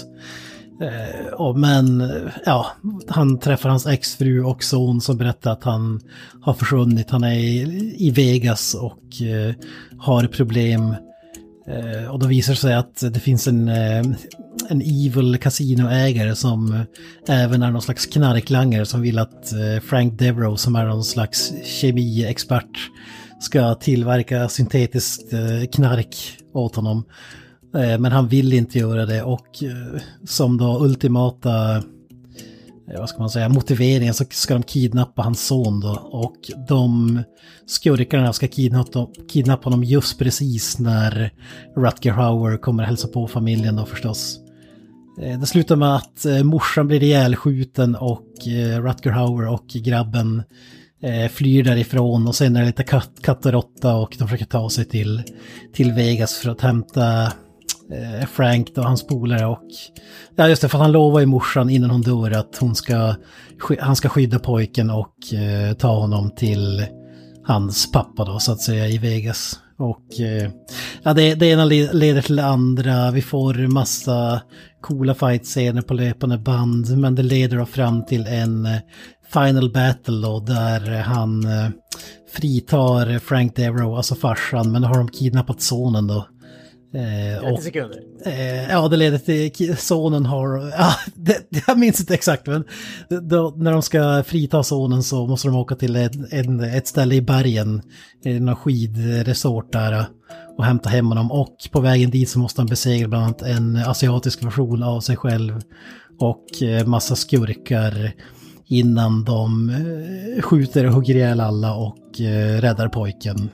Men han träffar hans exfru och son som berättar att han har försvunnit. Han är i Vegas och har problem. Och då visar det sig att det finns en evil kasinoägare som även är någon slags knarklangare som vill att Frank Devereaux, som är någon slags kemiexpert, ska tillverka syntetiskt knark åt honom. Men han vill inte göra det, och som då ultimata motiveringen så ska de kidnappa hans son då, och de skurkarna ska kidnappa honom just precis när Rutger Hauer kommer hälsa på familjen då förstås. Det slutar med att morsan blir ihjälskjuten och Rutger Hauer och grabben flyr därifrån, och sen är det lite katt och råtta och de försöker ta sig till Vegas för att hämta Frank och hans polare. Och just det, för han lovar ju morsan innan hon dör att han ska skydda pojken och ta honom till hans pappa då, så att säga, i Vegas. Och det ena leder till det andra. Vi får massa coola fight-scener på löpande band, men det leder då fram till en final battle då, där han fritar Frank Devereaux, alltså farsan, men då har de kidnappat sonen då.
30 sekunder.
Det leder till sonen har... jag minns inte exakt, men då, när de ska frita sonen så måste de åka till ett ställe i bergen, en skidresort där, och hämta hem honom. Och på vägen dit så måste han besegra bland annat en asiatisk version av sig själv och massa skurkar innan de skjuter och hugger ihjäl alla och räddar pojken.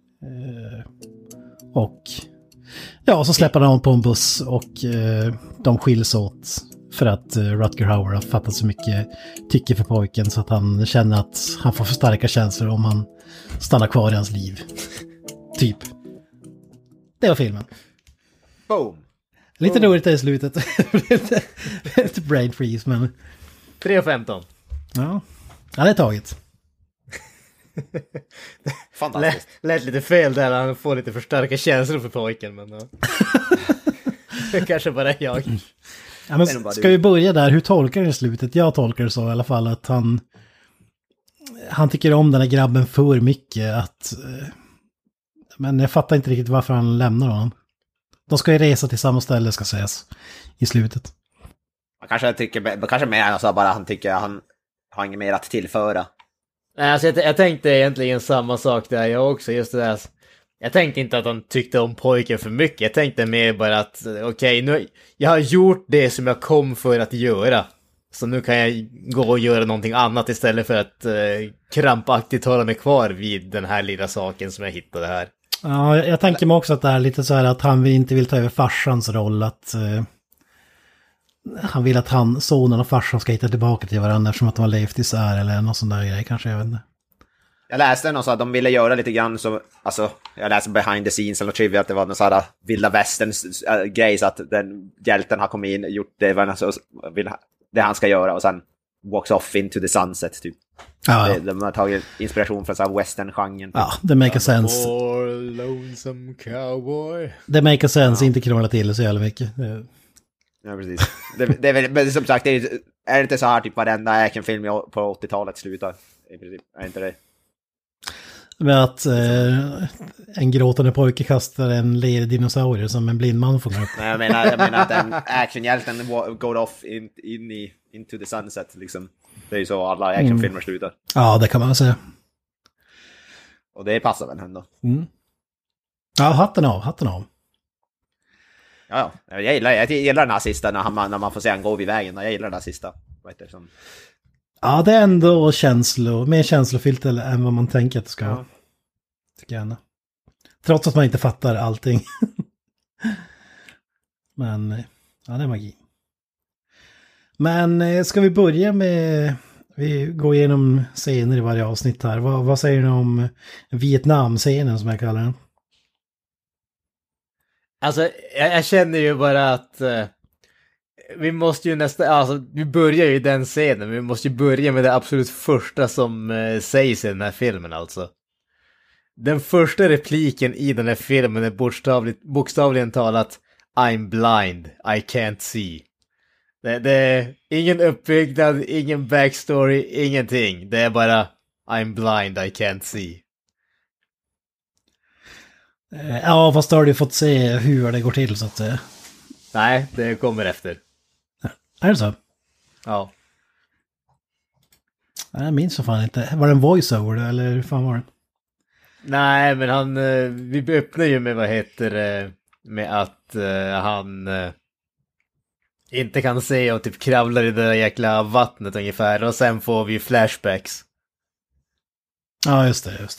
Och så släpper de på en buss och de skiljs åt för att Rutger Hauer har fattat så mycket tycke för pojken så att han känner att han får för starka känslor om han stannar kvar i hans liv. Typ. Det var filmen.
Boom!
Lite roligt i slutet. Lite brain freeze, men...
3:15.
Ja, det är taget.
Fantastiskt.
Lät lite fel där, han får lite för starka känslor för pojken, men det kanske bara är jag.
Ja, men ska vi börja där, hur tolkar du slutet? Jag tolkar det så i alla fall att han tycker om den här grabben för mycket, att men jag fattar inte riktigt varför han lämnar honom. De ska ju resa till samma ställe, ska sägas, i slutet.
kanske mer alltså bara han tycker han har inget mer att tillföra.
Alltså jag tänkte egentligen samma sak där jag också, just det där. Jag tänkte inte att han tyckte om pojken för mycket. Jag tänkte mer bara att okej, nu jag har gjort det som jag kom för att göra. Så nu kan jag gå och göra någonting annat istället för att krampaktigt hålla mig kvar vid den här lilla saken som jag hittade här.
Ja, jag tänker mig också att det är lite så här att han inte vill ta över farsans roll. Att han vill att sonen och farsan ska hitta tillbaka till varandra eftersom att de har levt isär eller någon sån där grej kanske, jag vet inte.
Jag läste någon så att de ville göra lite grann så, alltså jag läste behind the scenes eller trivia att det var någon sån här vilda västerns grej så att den hjälten har kommit in och gjort det, alltså, det han ska göra och sen walks off into the sunset typ. Ja. De har tagit inspiration från så här western-genren.
Ja, det makes sense.
Lonesome cowboy.
Det makes sense, inte krångla till så jävla mycket.
Ja, precis. Det är väl, men som sagt, är det inte så här typ varenda actionfilm på 80-talet slutar? I princip, är inte det?
Med att en gråtande pojke kastar en lerdinosaurier som en blind man fångar upp.
Nej, jag menar att en actionhjälten går off into the sunset liksom. Det är ju så alla actionfilmer slutar.
Ja, det kan man säga.
Och det passar väl ändå.
Mm. Ja, hatten av.
Ja, jag gillar den här sista när man får se han gå vid vägen. Jag gillar den här sista.
Ja, det är ändå mer känslofyllt än vad man tänker att det ska vara. Tycker jag ändå. Trots att man inte fattar allting. Men, ja, det är magi. Men ska vi börja med... Vi går igenom scener i varje avsnitt här. Vad säger ni om Vietnam-scenen som jag kallar den?
Alltså, jag känner ju bara att vi måste ju vi börjar ju i den scenen, men vi måste ju börja med det absolut första som sägs i den här filmen alltså. Den första repliken i den här filmen är bokstavligen talat I'm blind, I can't see. Det är ingen uppbyggnad, ingen backstory, ingenting. Det är bara I'm blind, I can't see.
Ja, fast då har du fått se hur det går till så att säga.
Nej, det kommer efter.
Är det så?
Ja.
Jag minns så fan inte. Var det en voiceover eller hur fan var det?
Nej, men vi öppnar ju med med att han inte kan se och typ kravlar i det där jäkla vattnet ungefär. Och sen får vi flashbacks.
Ja, just det.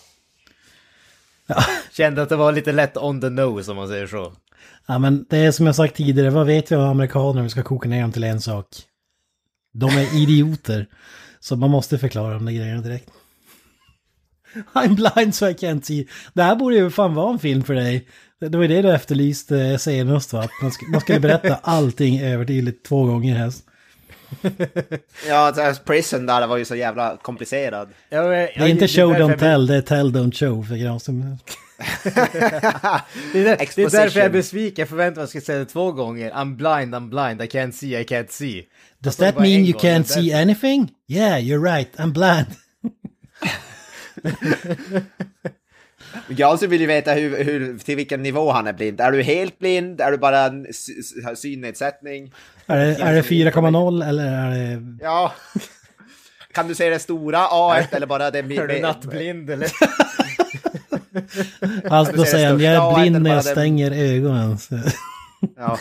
Ja.
Kände att det var lite lätt on the nose om man säger så.
Ja, men det är som jag sagt tidigare. Vad vet vi om amerikaner om vi ska koka ner dem till en sak? De är idioter. Så man måste förklara de där grejerna direkt. I'm blind so I can't see. Det här borde ju fan vara en film för dig. Det var det du efterlyste senast, va? Man skulle berätta allting övertydligt 2 gånger helst.
Ja, Prison där var ju så jävla komplicerad.
Det är inte show don't tell, det är tell don't show för Granström.
Det är därför jag är besviken. Jag förväntar mig att jag ska säga det 2 gånger. I'm blind, I can't see.
Does that mean you can't see anything? Yeah, you're right, I'm blind.
Jag också vill ju veta till vilken nivå han är blind. Är du helt blind? Är du bara en synnedsättning?
Är det 4,0 eller är det...
Ja. Kan du se det stora A1 eller bara det...
Är du nattblind eller?
Alltså då säger han, jag är blind när jag stänger ögonen.
Ja.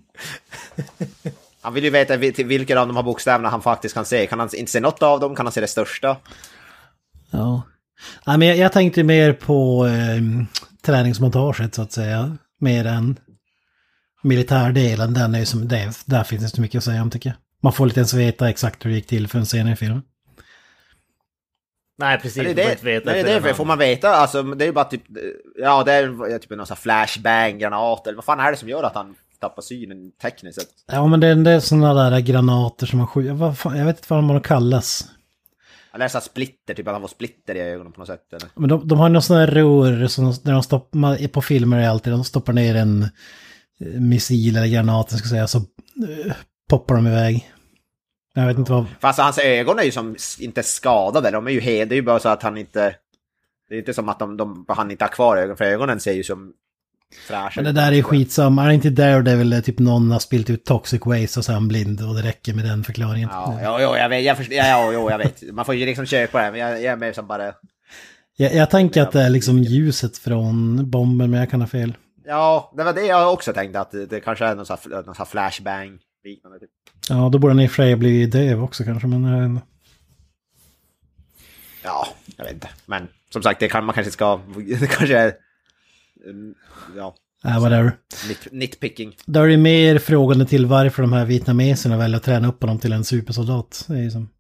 Han vill ju veta till vilka av de här bokstäverna han faktiskt kan se. Kan han inte se något av dem? Kan han se det största?
Ja. Nej, men jag tänkte mer på träningsmontaget så att säga. Mer än militärdelen. Den är ju som det. Där finns det så mycket att säga om, tycker jag. Man får inte ens veta exakt hur det gick till för en senare film.
Nej, precis.
Det är det får man veta. Alltså, det är ju bara typ... Ja, det är typ en sån flashbang-granat. Eller vad fan är det som gör att han tappar synen tekniskt sett?
Ja, men det är såna där granater som man skjuter. Jag vet inte vad de kallas.
Jag läser splitter, typ att han får splitter i ögonen på något sätt. Eller?
Men de har några sådana här rör som när de stoppar, på filmer är alltid, de stoppar ner en missil eller granat, ska säga, så poppar de iväg. Jag vet inte vad...
Fast hans ögon är ju som inte skadade, de är ju det är ju bara så att han inte... Det är inte som att han inte har kvar ögon, för ögonen ser ju som fräsch.
Men det där är skitsamma. Är det inte där det är väl typ någon har spilt ut toxic waste och så är han blind och det räcker med den förklaringen.
Ja, jag vet. Jag vet. Man får ju liksom köpa det, men jag är med som bara...
Jag tänker att det är liksom ljuset från bomben, men jag kan ha fel.
Ja, det var det jag också tänkte, att det kanske är någon sån här flashbang liknande typ.
Ja, då borde han i och för sig bli döv också kanske, men...
Ja, jag vet inte. Men som sagt, det kan man kanske ska... Det kanske är... Ja.
Whatever.
Nitpicking.
Då är det mer frågande till varför de här vietnameserna väljer att träna upp honom till en supersoldat. Det är ju som...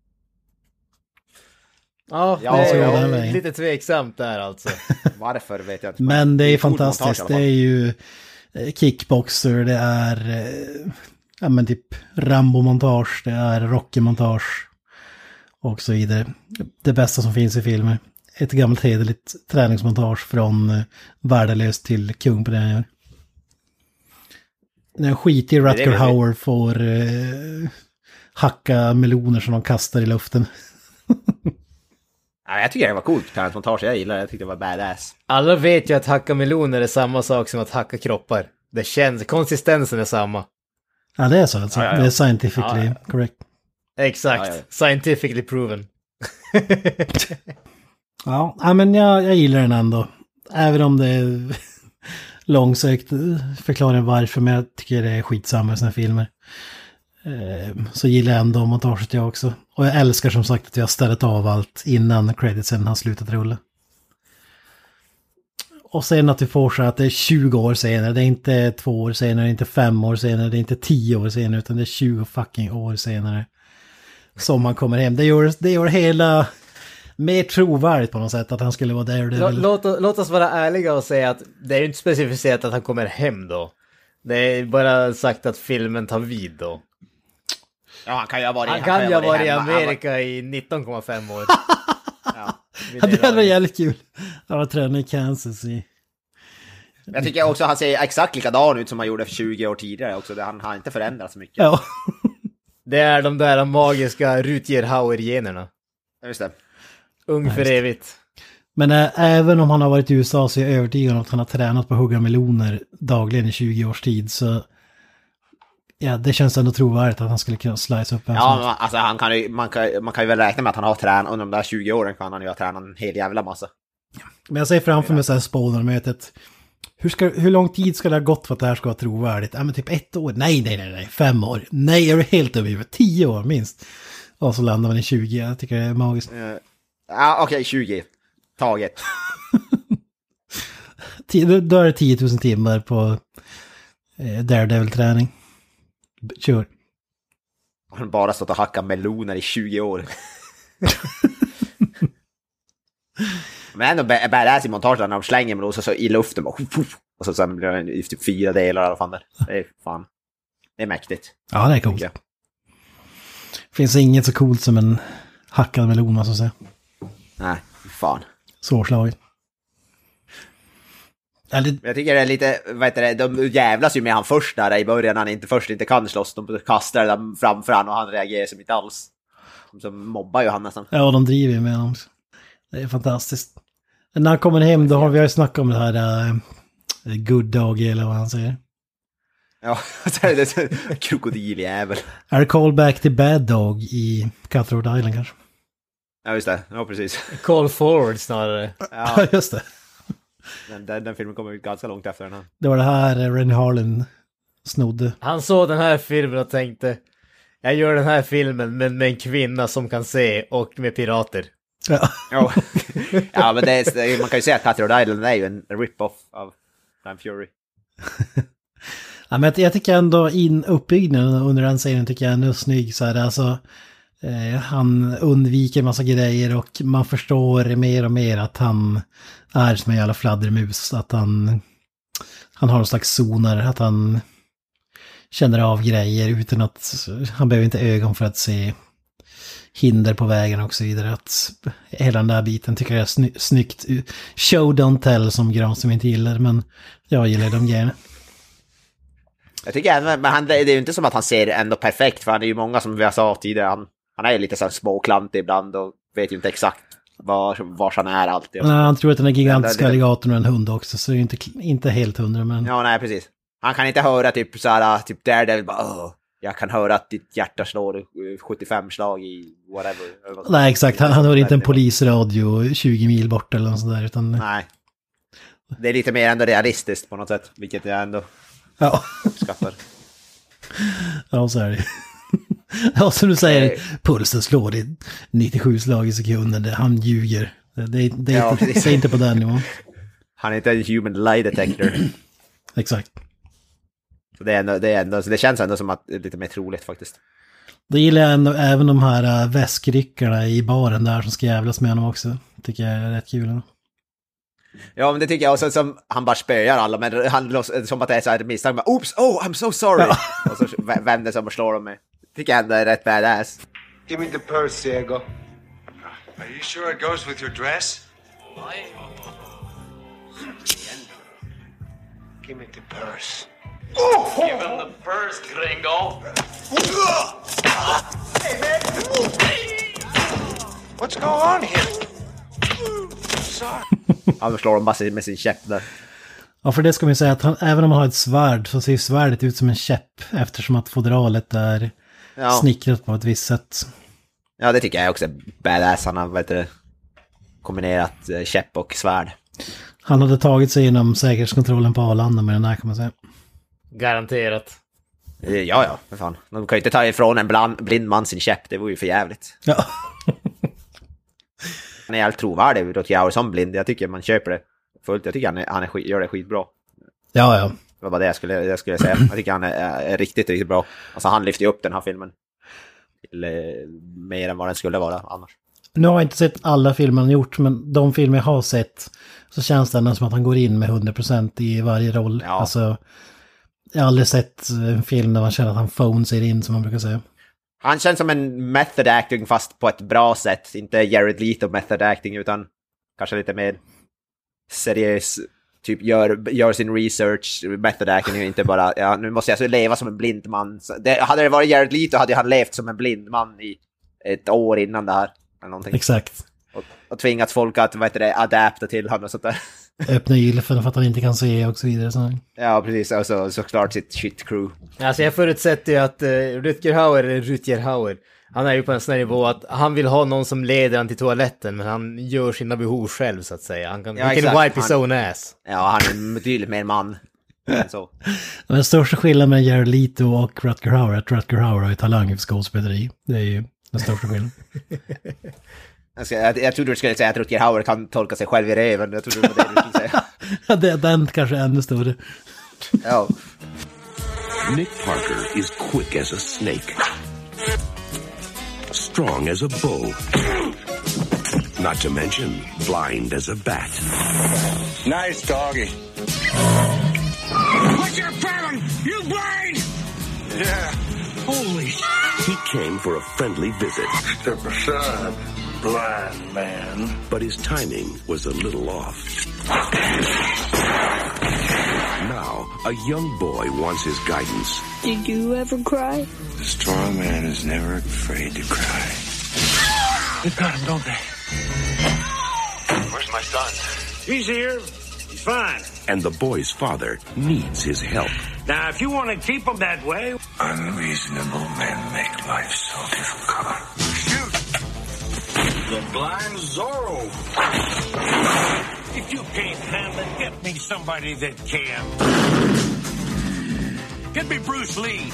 Ja, det är lite tveksamt där alltså.
Varför vet jag inte.
Men det är fantastiskt. Det är ju kickboxer, det är ja men typ Rambo-montage, det är Rocky-montage och så vidare. Det bästa som finns i filmer. Ett gammalt hederligt träningsmontage från värdelös till kung på det han gör. När skitig Rutger Hauer får hacka meloner som de kastar i luften.
Ja, jag tycker det var coolt träningsmontage, jag gillar det, jag tyckte det var badass.
Alla vet ju att hacka meloner är samma sak som att hacka kroppar. Det känns, konsistensen är samma.
Ja, det är så alltså. Ja. Det är scientifically correct.
Exakt, scientifically proven.
Ja, men jag gillar den ändå. Även om det är långsökt förklarar varför, men jag tycker det är skitsamma i såna filmer. Så gillar jag ändå montaget jag också. Och jag älskar som sagt att jag har ställt av allt innan creditsen har slutat rulla. Och sen att vi får så att det är 20 år senare. Det är inte 2 år senare, det är inte 5 år senare, det är inte 10 år senare, utan det är 20 fucking år senare. Som man kommer hem. Det gör hela mer trovärdigt på något sätt att han skulle vara där.
Låt oss vara ärliga och säga att det är ju inte specificerat att han kommer hem då. Det är bara sagt att filmen tar vid då.
Ja, han kan ju ha varit
i Amerika i 19,5 år.
Det hade varit jävligt kul. Han var tränare i Kansas i...
Jag tycker också att han ser exakt likadan ut som han gjorde för 20 år tidigare också. Han har inte förändrats så mycket.
Ja.
Det är de där magiska Rutger Hauer-generna.
Just det.
Ung för evigt.
Men även om han har varit i USA så är jag övertygad om att han har tränat på att hugga meloner dagligen i 20 års tid. Så ja, det känns ändå trovärdigt att han skulle kunna slice upp en
sån. Alltså man kan ju väl räkna med att han har tränat under de där 20 åren kan han ju ha tränat en hel jävla massa.
Men jag ser framför mig så här spånarmötet. Hur lång tid ska det ha gått för att det här ska vara trovärdigt? Ja, men typ 1 år. Nej. 5 år. Nej, är det helt överhuvud? 10 år minst. Och så landar man i 20. Jag tycker det är magiskt.
Ja, okej, 20. Taget.
Då är det 10 000 timmar på Daredevil-träning. Kör.
Han har bara stått och hackat meloner i 20 år. Men ändå badass i montage när de slänger melon så i luften bara, och så sen blir det typ 4 delar i alla fall där. Det är fan. Det är mäktigt.
Ja, det är coolt. Finns inget så coolt som en hackad melon, så att säga.
Nej, fan.
Svårslaget.
Jag tycker det är lite, de jävlas ju med han först där i början, han inte kan slåss, de kastar dem framför han och han reagerar som inte alls. Som mobbar ju han nästan.
Ja, de driver ju med honom. Det är fantastiskt. När han kommer hem, då har vi ju snackat om det här good dog eller vad han säger.
Ja, det är krokodiljävel.
Är det callback till Bad Dog i Cutthroat Island kanske?
Ja, just det. Ja, precis.
Call forward snarare.
Ja, just det.
Den filmen kommer ut ganska långt efter den här.
Det var det här Rennie Harlin snodde. Han
såg den här filmen och tänkte, jag gör den här filmen med en kvinna som kan se och med pirater.
Ja,
ja men man kan ju säga att Cutthroat Island är ju en rip-off av Blind Fury.
Ja, men jag tycker ändå uppbyggnaden under den serien tycker jag är ändå snygg. Så här, alltså, han undviker massa grejer och man förstår mer och mer att han är som en jävla fladdermus. Att han har en slags zoner, att han känner av grejer utan att han behöver inte ögon för att se hinder på vägen och så vidare. Att hela den där biten tycker jag är snyggt. Show don't tell som Granström inte gillar, men jag gillar de grejerna.
Jag tycker även, men det är ju inte som att han ser ändå perfekt, för han är ju många som vi har sagt tidigare, han är ju lite så här småklantig ibland och vet ju inte exakt var han är alltid.
Nej, han tror att den är gigantiska alligatorn och en hund också, så det är inte helt 100, men...
Ja, nej, precis. Han kan inte höra typ såhär, typ Daredevil bara, jag kan höra att ditt hjärta slår 75 slag i whatever.
Nej, exakt. Han hör inte en polisradio 20 mil bort eller något sånt där, utan...
Nej. Det är lite mer ändå realistiskt på något sätt, vilket jag ändå uppskattar.
Ja, så är det. Ja, som du säger, pulsen slår i 97 slag i sekunden. Han ljuger. Det är inte på den nivån.
Han är inte en human lie detector.
Exakt.
Så det känns ändå som att det är lite mer troligt faktiskt.
Då gillar jag ändå, även de här väskryckarna i baren där som ska jävlas med honom också. Tycker jag är rätt kul.
Ja, men det tycker jag också, som han bara spöar alla, men han som att det är så här misstag, bara, oops, oh, I'm so sorry. Ja. Och så vänder sig om och slår dem med. Tycker jag ändå är rätt badass.
Give me the purse, Diego. Are you sure it goes with your dress?
Give me the purse.
Give him the purse, gringo.
Hey, man! What's going on here? Sorry.
Han slår dem bara med sin käpp där.
Ja, för det ska man ju säga att även om han har ett svärd så ser svärdet ut som en käpp eftersom att fodralet är snickrat på ett visst sätt.
Ja, det tycker jag också. Badass, han har kombinerat käpp och svärd.
Han hade tagit sig igenom säkerhetskontrollen på Arlanda med den här, kan man säga.
Garanterat.
Ja, för fan. De kan ju inte ta ifrån en blind man sin käpp, det vore ju för jävligt.
Ja.
Han är helt trovärdig, Rutger Hauer som blind. Jag tycker man köper det fullt. Jag tycker han gör det skitbra.
Ja.
Det var bara det jag skulle säga. Jag tycker han är riktigt, riktigt bra. Alltså han lyfter ju upp den här filmen till mer än vad den skulle vara annars. Nu
har jag inte sett alla filmer han gjort, men de filmer jag har sett så känns det ändå som att han går in med 100% i varje roll. Ja. Alltså, jag har aldrig sett en film där man känner att han phones in, som man brukar säga.
Han känns som en method acting fast på ett bra sätt. Inte Jared Leto method acting, utan kanske lite mer seriös. Typ gör sin research, method acting, inte bara, nu måste jag så leva som en blind man. Hade det varit Jared Leto hade han levt som en blind man i ett år innan det här. Eller någonting.
Exakt.
Och tvingats folk att adapta till honom och sånt där.
Öppna gylfen för att han inte kan se och så vidare. Så.
Ja, precis. Och såklart sitt shit crew.
Alltså jag förutsätter ju att Rutger Hauer, han är ju på en sån här nivå att han vill ha någon som leder han till toaletten, men han gör sina behov själv så att säga. Han kan wipe his own ass.
Ja, han är betydligt mer man. Så.
Den största skillnaden med Jared Leto och Rutger Hauer är att Rutger Hauer har ju talang för skådespeleri. Det är ju den största skillnaden.
Jag trodde du skulle säga att Rutger Hauer kan tolka sig själv i röven. Jag trodde det var det du skulle säga.
Ja, den kanske är ännu större.
Ja.
Nick Parker is quick as a snake. Strong as a bull. Not to mention blind as a bat.
Nice doggy. What's your problem? You blind?
Yeah.
Holy
He came for a friendly visit.
Step aside, blind man.
But his timing was a little off. Now, a young boy wants his guidance.
Did you ever cry?
The strong man is never afraid to cry.
They've got him, don't they?
Where's my son?
He's here. He's fine.
And the boy's father needs his help.
Now, if you want to keep him that way...
Unreasonable men make life so difficult.
Shoot! The blind Zorro. If you can't handle it, get me somebody that can. Get me Bruce Lee.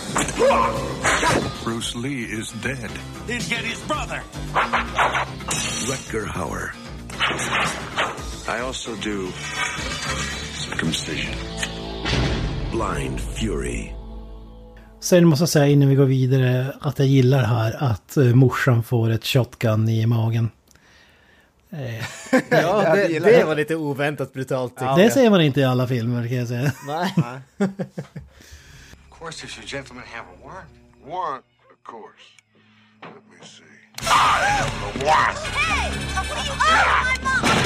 Bruce Lee is dead.
Then get his brother.
Rutger Hauer.
I also do circumcision.
Blind Fury.
Sen måste jag säga innan vi går vidare att jag gillar här att morsan får ett shotgun i magen.
Ja, det var lite oväntat brutalt.
Det säger man inte i alla filmer, kan jag säga.
Nej.
Of course, if you gentlemen have a warrant.
Warrant, of course. Let me see.
Hey! Oh, my mom!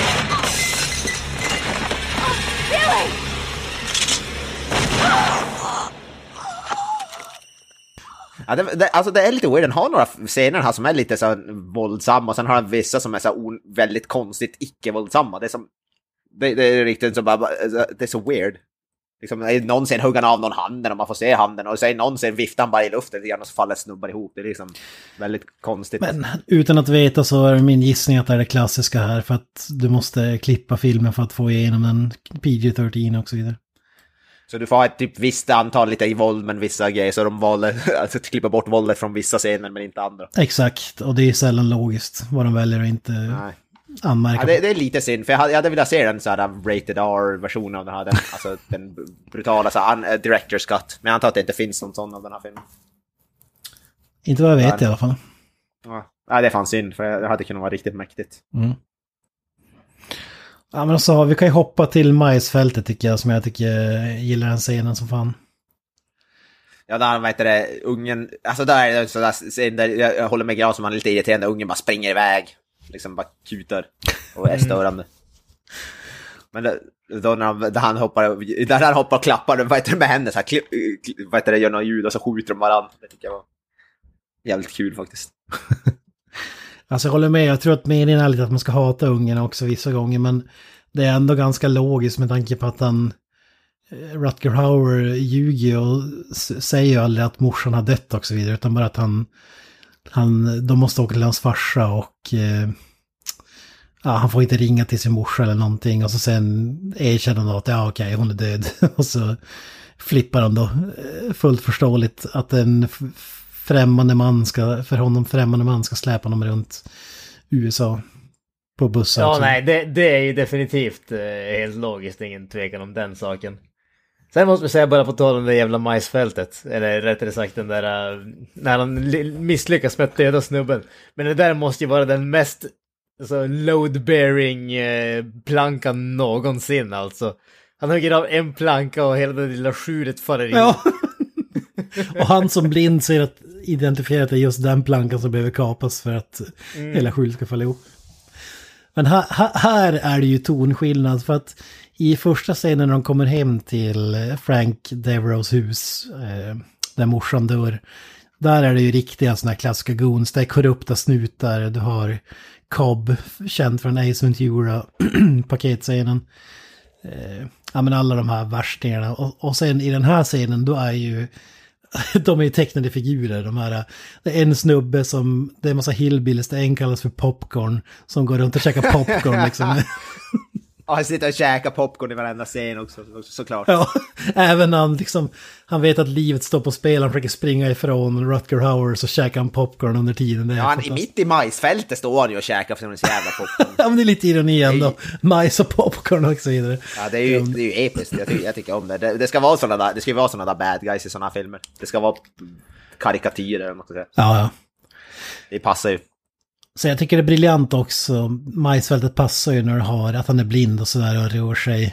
Oh, Billy!
Ja, alltså det är lite weird. Den har några scener här som är lite så våldsamma och sen har den vissa som är så väldigt konstigt icke-våldsamma. Det är riktigt så bara, det är så weird. Liksom, någonsin hugger han av någon handen och man får se handen och så någonsin viftar han bara i luften och så faller snubbar ihop. Det är liksom väldigt konstigt.
Men utan att veta så är min gissning att det är det klassiska här för att du måste klippa filmen för att få igenom en PG-13 och så vidare.
Så du får ha ett typ visst antal lite i våld men vissa grejer så de valde alltså klippa bort våldet från vissa scener men inte andra.
Exakt, och det är sällan logiskt vad de väljer att inte anmärka på.
Ja, det är lite synd, för jag hade velat se den så här rated R-versionen av den här, alltså den brutala så här, director's cut. Men jag antar att det inte finns någon sån av den här filmen.
Inte vad jag vet i alla fall.
Ja, det är fan synd, för det hade kunnat vara riktigt mäktigt.
Mm. Ja, men så vi kan ju hoppa till majsfältet tycker jag, som jag tycker gillar den scenen som fan.
Ja, där vet det, ungen, alltså där är det så där, jag håller med Gran som han är lite irriterande, ungen bara springer iväg, liksom bara kutar och är störande. Men då när han hoppar och klappar, vad heter det med henne så här, vad heter det, gör något ljud och så skjuter de varandra. Det tycker jag var jävligt kul faktiskt.
Alltså jag håller med, jag tror att meningen är lite att man ska hata ungen också vissa gånger, men det är ändå ganska logiskt med tanke på att Rutger Hauer ljuger och säger ju aldrig att morsan har dött och så vidare, utan bara att de måste åka till hans farsa och han får inte ringa till sin morsa eller någonting och så sen erkänner han att okej, hon är död och så flippar han då fullt förståeligt att en främmande man ska släpa honom runt USA på bussen.
Ja, nej, det är ju definitivt helt logiskt, ingen tvekan om den saken. Sen måste vi säga bara på tal om det jävla majsfältet, eller rättare sagt den där, när han misslyckas med att döda snubben. Men det där måste ju vara den mest alltså, load-bearing plankan någonsin alltså. Han hugger av en planka och hela det lilla skjulet faller in. Ja.
Och han som blind ser att identifiera att det är just den plankan som behöver kapas för att hela skjulet ska falla ihop. Men här är det ju tonskillnad, för att i första scenen när de kommer hem till Frank Devereaux hus där morsan dör, där är det ju riktiga såna här klassiska goons, det är korrupta snutar, du har Cobb, känd från Ace Ventura, paketscenen. Ja, men alla de här värstingarna. Och sen i den här scenen då är ju de är ju tecknade figurer. Det är en snubbe som, det är en massa hillbillies, det är en kallas för Popcorn som går runt och käkar popcorn liksom.
Ja, han sitter och käkar popcorn i varenda scen också, såklart.
Ja, även han vet att livet står på spel, han försöker springa ifrån Rutger Hauer så käkar han popcorn under tiden.
Ja, mitt i majsfältet står han ju och käkar för sin jävla popcorn.
Ja, men det är lite ironi ändå. Majs och popcorn och så vidare.
Ja, det är ju episkt, jag tycker om det. Det ska vara sådana där bad guys i sådana här filmer. Det ska vara karikatyrer, eller något att säga.
Ja.
Det passar ju.
Så jag tycker det är briljant också. Majsfältet passar ju när du har att han är blind och sådär och rör sig.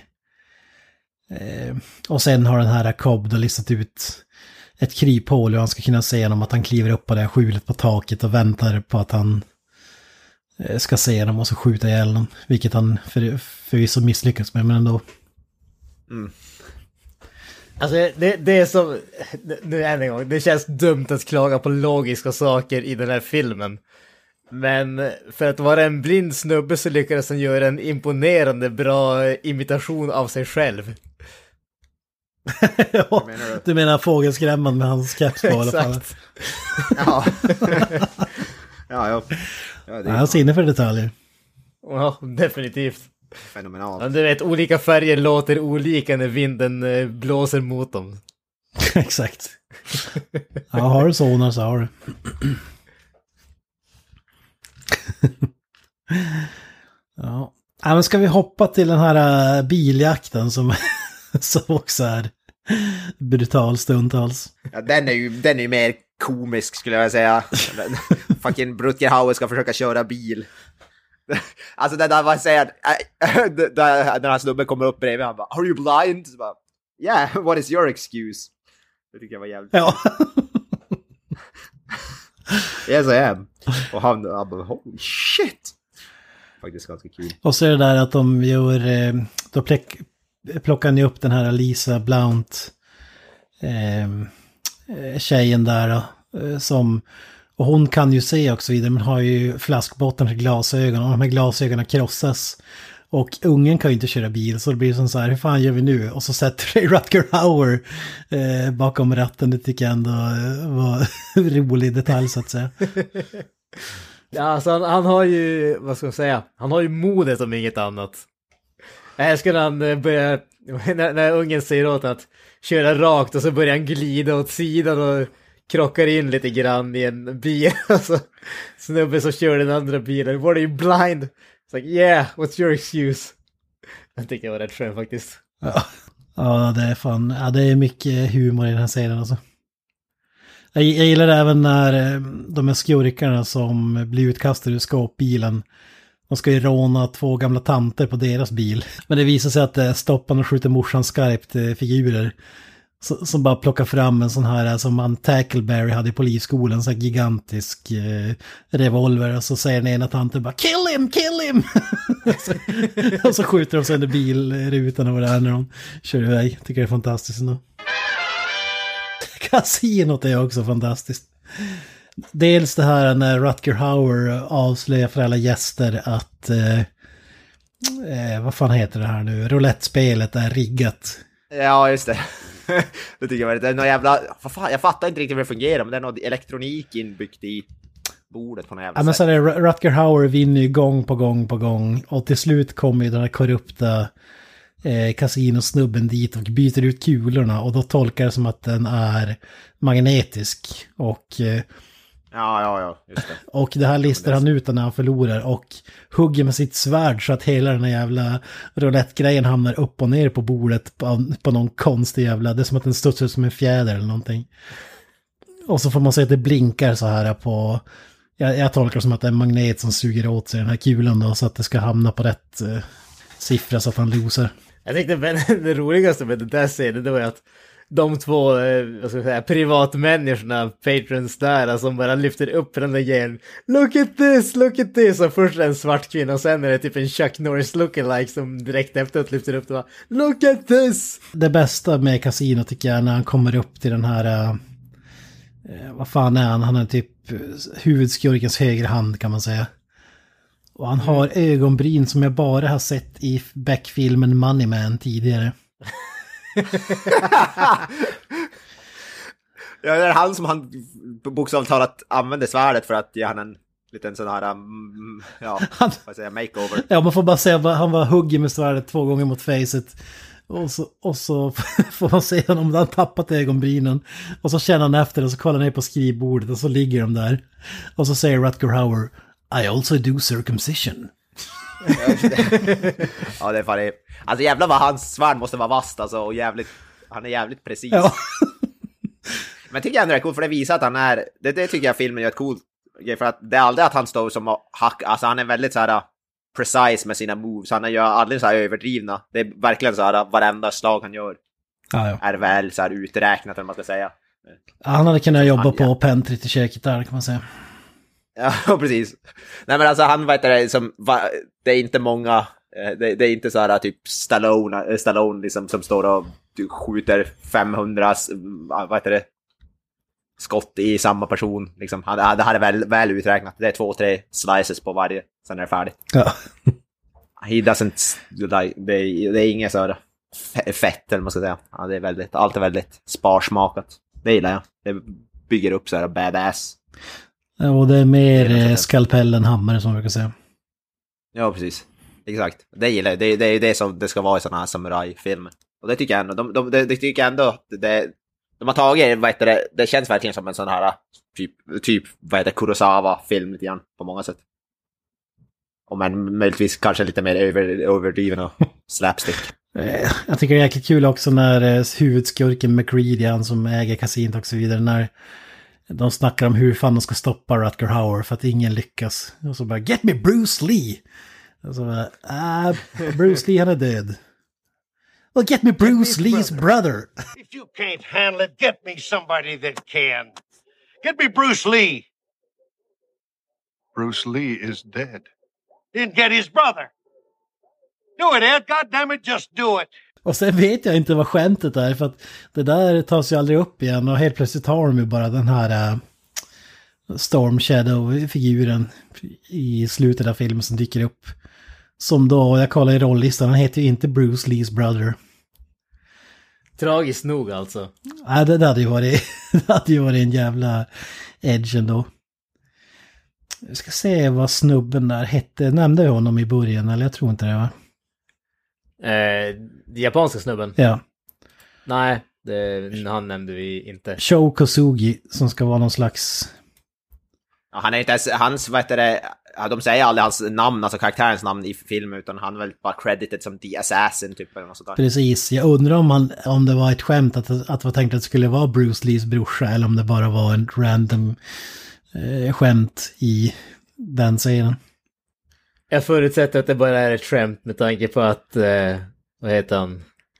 Och sen har den här Cobb då listat ut ett kryphål och han ska kunna se honom att han kliver upp på det här skjulet på taket och väntar på att han ska se honom och så skjuta ihjäl honom. Vilket han förvisso misslyckas med, men ändå.
Mm. Alltså det är som, nu än en gång, det känns dumt att klaga på logiska saker i den här filmen. Men för att vara en blind snubbe så lyckades han göra en imponerande bra imitation av sig själv.
Ja, du menar fågelskrämman med hans caps på i alla fall.
Ja. Ja,
det är hans inne för detaljer.
Ja, definitivt.
Fenomenalt.
Ja, du vet, olika färger låter olika när vinden blåser mot dem.
Exakt. Ja, har du sånar så har du. Ja. Men ska vi hoppa till den här biljakten som också är brutal stundtals.
Ja, den är ju mer komisk skulle jag säga. Fucking Rutger Hauer ska försöka köra bil. Alltså det där var säger när den här snubben kommer upp bredvid han bara, are you blind? Så bara, yeah, what is your excuse? Det tycker jag var jävligt.
Ja.
Yes I am. Och han bara, holy shit. Faktiskt ganska kul.
Och så är det där att de gör, då plockar ni upp den här Lisa Blount tjejen där då, Och hon kan ju se också vidare, men har ju flaskbotten till glasögon och de här glasögonen krossas. Och ungen kan ju inte köra bil, så det blir som så här, hur fan gör vi nu? Och så sätter sig Rutger Hauer bakom ratten. Det tycker jag ändå var rolig detalj så att säga.
Ja, alltså han har ju, vad ska man säga, han har ju modet om inget annat. Här skulle han börja, när ungen säger åt att köra rakt och så börjar han glida åt sidan och krockar in lite grann i en bil. Alltså, snubben som kör den andra bilen. What are you blind? It's like, yeah, what's your excuse? Jag tycker jag var rätt skön faktiskt.
Ja, det är fan, ja, det är mycket humor i den här serien alltså. Jag gillar även när de här skurkarna som blir utkastade ur skåpbilen. De ska ju råna 2 gamla tanter på deras bil. Men det visar sig att stoppan och skjuter morsan skarpt figurer. Som bara plockar fram en sån här som man Tackleberry hade i polisskolan, så här gigantisk revolver, och så säger den ena tanten bara kill him! Och så skjuter de sönder bilrutan och vad det är när de kör iväg. Tycker det är fantastiskt ändå. Kasinot är också fantastiskt. Dels det här när Rutger Hauer avslöjar för alla gäster att vad fan heter det här nu? Roulette-spelet är riggat.
Ja, just det. Det tycker jag var någon jävla... Jag fattar inte riktigt hur det fungerar, men det är någon elektronik inbyggt i bordet på något jävla
sätt. Men så är det, Rutger Hauer vinner ju gång på gång. Och till slut kommer ju den här korrupta kasinosnubben dit och byter ut kulorna. Och då tolkar det som att den är magnetisk. Och...
Ja, just det.
Och det här listar han ut när han förlorar och hugger med sitt svärd så att hela den här jävla roulette-grejen hamnar upp och ner på bordet på någon konstig jävla... Det är som att den studsar som en fjäder eller någonting. Och så får man se att det blinkar så här på... Jag tolkar det som att det är en magnet som suger åt sig den här kulan då, så att det ska hamna på rätt siffra så att han losar.
Jag tyckte det roligaste med det där scenen, det var att de 2, vad ska jag säga, privatmänniskorna, patrons där, som bara lyfter upp den där grejen. Look at this! Och först en svart kvinna och sen är det typ en Chuck Norris lookalike som direkt efteråt lyfter upp det och bara, look at this!
Det bästa med Casino tycker jag när han kommer upp till den här, vad fan är han? Han är typ huvudskurkens högra hand kan man säga. Och han har ögonbryn som jag bara har sett i Beck-filmen Money Man tidigare.
Ja, det är han som han bokstavligt talat använder svärdet för att ge han en liten sån här vad säger jag, makeover.
Ja, man får bara säga att han var hugger med svärdet 2 gånger mot facet. Och så får man se om han tappat ögonbrynen. Och så känner han efter och så kollar ner på skrivbordet och så ligger de där. Och så säger Rutger Hauer, I also do circumcision.
Ja, det är fan det. Alltså jävlar vad hans svärd måste vara vast alltså, och han är jävligt precis.
Ja.
Men tycker jag ändå det är coolt för det visar att han är, det tycker jag filmen gör ett coolt grej, för att det är aldrig att han står som hack, alltså han är väldigt så här precise med sina moves, han gör aldrig så här överdrivna. Det är verkligen så här varenda slag han gör är väl så här uträknat eller man ska säga.
Ja, han hade kunnat jobba på Pentry i köket där kan man säga.
Ja, precis. Nej men alltså han vet det som det är inte många det är inte så här typ Stallone liksom som står och skjuter 500 vad heter det skott i samma person liksom. Det här är väl uträknat. Det är 2-3 slices på varje, sen är det färdigt.
Ja.
He doesn't det är inget så här fett eller man ska säga. Ja, det är allt är väldigt sparsmakat. Det gillar jag. Det bygger upp så här badass.
Ja, och det är mer skalpell än hammare som man brukar säga. Ja,
precis. Exakt. Det gillar jag. Det är det som det ska vara i sådana här samurajfilmer. Och det tycker jag ändå. De tycker ändå de har tagit, vad heter det känns verkligen som en sån här typ vad heter Kurosawa-film lite grann på många sätt. Och men möjligtvis kanske lite mer överdriven och slapstick.
Jag tycker det är jäkligt kul också när huvudskurken McCready, han som äger kasinot och så vidare, när de snackar om hur fan de ska stoppa Rutger Hauer för att ingen lyckas. Och så bara, get me Bruce Lee! Och så bara, Bruce Lee han är död. Well, get me Bruce Lee's brother.
If you can't handle it, get me somebody that can. Get me Bruce Lee.
Bruce Lee is dead.
Then get his brother. Do it, Ed. God damn it, just do it.
Och sen vet jag inte vad skämtet är, för att det där tas ju aldrig upp igen och helt plötsligt har de ju bara den här Storm Shadow-figuren i slutet av filmen som dyker upp. Som då, jag kollar i rolllistan, han heter ju inte Bruce Lees brother.
Tragiskt nog alltså.
Nej, det hade ju varit, det hade ju varit en jävla edge ändå. Vi ska se vad snubben där hette. Nämnde jag honom i början, eller jag tror inte det, va?
Japanska snubben?
Ja.
Nej, han nämnde vi inte.
Sho Kosugi, som ska vara någon slags...
Ja, han är inte ens, hans, vad heter det, de säger aldrig hans namn, alltså karaktärens namn i filmen, utan han är väl bara credited som The Assassin typ eller något sånt där.
Precis, jag undrar om det var ett skämt att det var tänkt att det skulle vara Bruce Lees brorsa, eller om det bara var en random skämt i den scenen.
Jag förutsätter att det bara är ett skämt med tanke på att, vad heter han?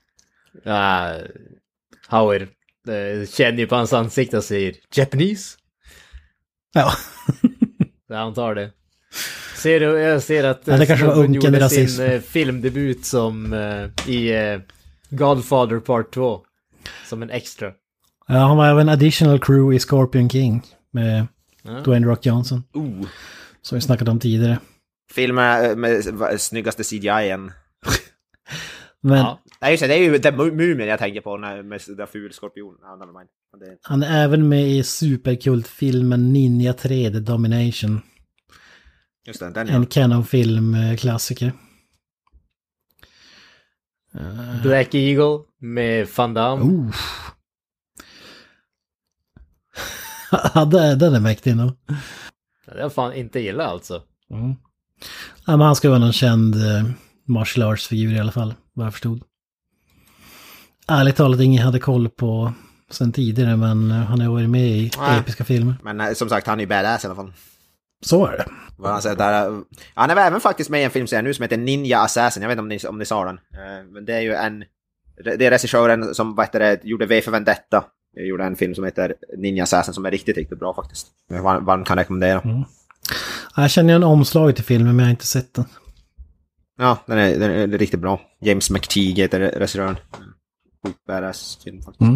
Howard känner ju på hans ansikte och säger Japanese?
Ja.
Ja, han tar det. Jag ser att
det kanske var unken rasism.
Sin filmdebut som i Godfather Part 2 som en extra.
Ja, han var även additional crew i Scorpion King med Dwayne Rock Johnson. Som vi snackat om tidigare.
Filmen med snyggaste CGI-en.
Men
ja. Det är ju den mumien jag tänker på med den ful skorpion.
Han är även med i superkultfilmen Ninja 3 The Domination.
Just det, den
en Canon-filmklassiker.
Black Eagle med Van Damme.
Ja, den är mäktig nog.
Det är fan inte illa alltså.
Ja, men han ska vara någon känd martial arts-figur i alla fall, vad jag förstod. Ärligt talat, ingen hade koll på sen tidigare, men han har varit med i episka filmer.
Men som sagt, han är ju badass i alla fall.
Så är det.
Han är även faktiskt med i en filmserie nu som heter Ninja Assassin. Jag vet inte om ni sa den. Men det är ju det är regissören som gjorde V för Vendetta. Jag gjorde en film som heter Ninja Assassin som är riktigt, riktigt bra faktiskt. Varmt kan rekommendera.
Jag känner en omslag till filmen, men jag har inte sett den.
Ja, den är riktigt bra. James McTeague heter regissören. Badass film faktiskt.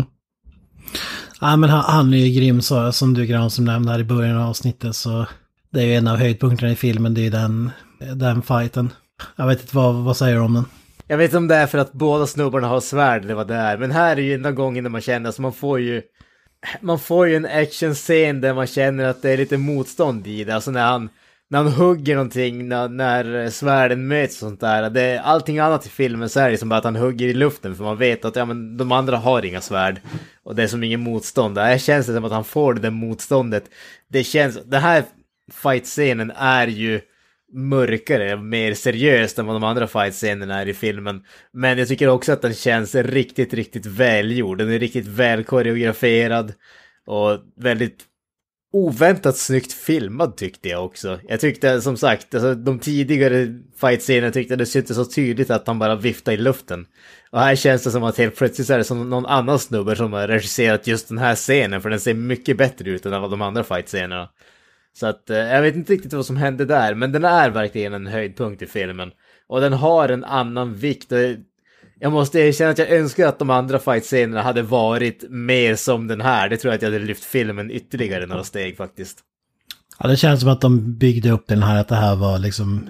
Ja, men han är ju grym, så, som du Gran som nämnde här i början av avsnittet, så det är ju en av höjdpunkterna i filmen, det är ju den fighten. Jag vet inte vad säger du om den?
Jag vet inte om det är för att båda snubbarna har svärd eller vad det är, men här är ju enda gången när man känner, alltså man får ju en actionscen där man känner att det är lite motstånd i det, alltså när han hugger någonting, när svärden möts och sånt där. Allting annat i filmen så är det som bara att han hugger i luften, för man vet att de andra har inga svärd. Och det är som ingen motstånd. Det här känns det som att han får det motståndet. Den här fight-scenen är ju mörkare, mer seriöst än vad de andra fight-scenerna är i filmen. Men jag tycker också att den känns riktigt, riktigt välgjord. Den är riktigt väl koreograferad och väldigt oväntat snyggt filmad tyckte jag också. Jag tyckte som sagt, alltså, de tidigare fight-scenerna tyckte det syntes så tydligt att han bara viftade i luften. Och här känns det som att helt plötsligt är det som någon annan snubbe som har regisserat just den här scenen, för den ser mycket bättre ut än alla de andra fight-scenerna. Så att jag vet inte riktigt vad som hände där, men den är verkligen en höjdpunkt i filmen. Och den har en annan vikt. Jag måste erkänna att jag önskar att de andra fight-scenerna hade varit mer som den här. Det tror jag att jag hade lyft filmen ytterligare några steg faktiskt.
Ja, det känns som att de byggde upp den här, att det här var liksom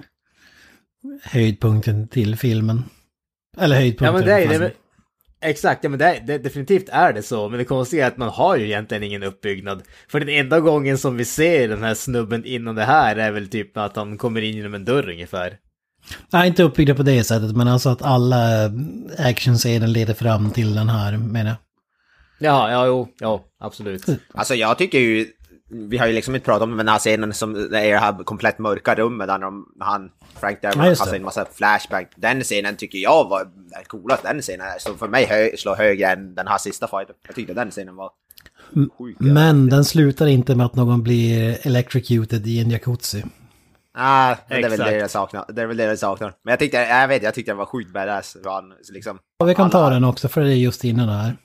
höjdpunkten till filmen. Eller höjdpunkten.
Ja, men det är exakt, ja, men det definitivt är det så. Men det konstiga är att man har ju egentligen ingen uppbyggnad. För den enda gången som vi ser den här snubben innan det här är väl typ att han kommer in genom en dörr ungefär.
Nej, inte uppbyggda på det sättet, men alltså att alla actionscener leder fram till den här, menar jag.
Ja, absolut.
Alltså jag tycker ju, vi har ju liksom inte pratat om den här scenen som är det här komplett mörka rummet där Frank Darabont passar in massa flashback. Den scenen tycker jag var den coolaste. Den scenen så för mig slår högre än den här sista fighten. Jag tyckte den scenen var sjuk.
Men den slutar inte med att någon blir electrocuted i en jacuzzi.
Nej, det är väl det jag saknar. Det är väl det jag saknar. Men jag tyckte det var sjukt badass. Liksom,
och vi kan ta den också, för det är just innan det här.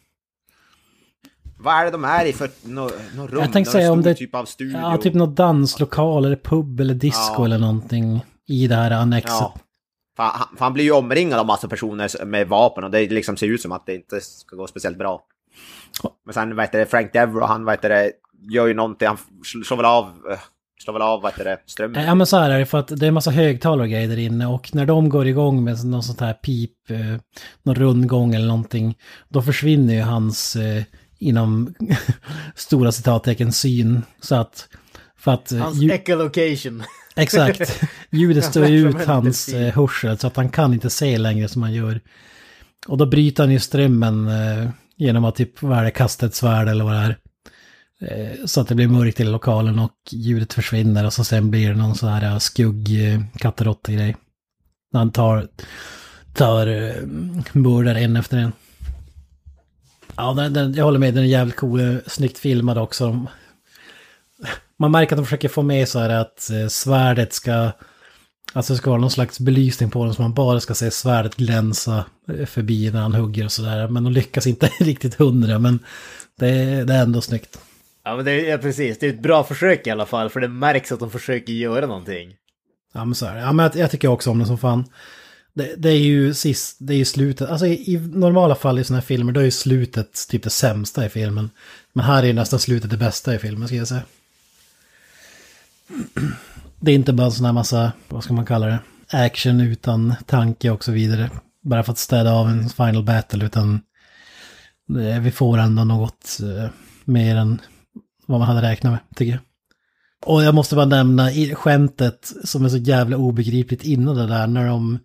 Vad är det de är i för något rum?
Jag tänkte säga om det
typ av studio.
Ja, typ något danslokal eller pub eller disco eller någonting i det här annexet.
Ja. Han blir ju omringad av massa personer med vapen och det liksom ser ut som att det inte ska gå speciellt bra. Men sen Frank Devereaux, han gör ju någonting, han slår väl av vad heter det, strömmen.
Ja men så här är det, för att det är en massa högtalare och grejer där inne, och när de går igång med någon sånt här pip, någon rundgång eller någonting, då försvinner ju hans inom stora citattecken syn, så att för att
hans echolocation.
Exakt. Ljudet står ut hans hörsel, så att han kan inte se längre som han gör. Och då bryter han ju strömmen genom att typ kasta ett svärd eller vad det är. Så att det blir mörkt i lokalen och ljudet försvinner, och så sen blir det någon sån här skugg kattarotta-grej. När han tar mördare en efter en. Ja, jag håller med, den är jävligt cool, snyggt filmad också. Man märker att de försöker få med så här att svärdet ska... Alltså det ska vara någon slags belysning på den, så man bara ska se svärdet glänsa förbi när han hugger och sådär. Men de lyckas inte riktigt 100, men det är ändå snyggt.
Ja, men det är precis. Det är ett bra försök i alla fall, för det märks att de försöker göra någonting.
Ja, men så här. Ja, men jag tycker också om det som fan. Det är ju det är ju slutet. Alltså i normala fall i såna här filmer, då är ju slutet typ det sämsta i filmen. Men här är nästan slutet det bästa i filmen, ska jag säga. Det är inte bara en sån här massa, vad ska man kalla det, action utan tanke och så vidare. Bara för att städa av en final battle, utan vi får ändå något mer än vad man hade räknat med, tycker jag. Och jag måste bara nämna skämtet som är så jävla obegripligt innan det där, när de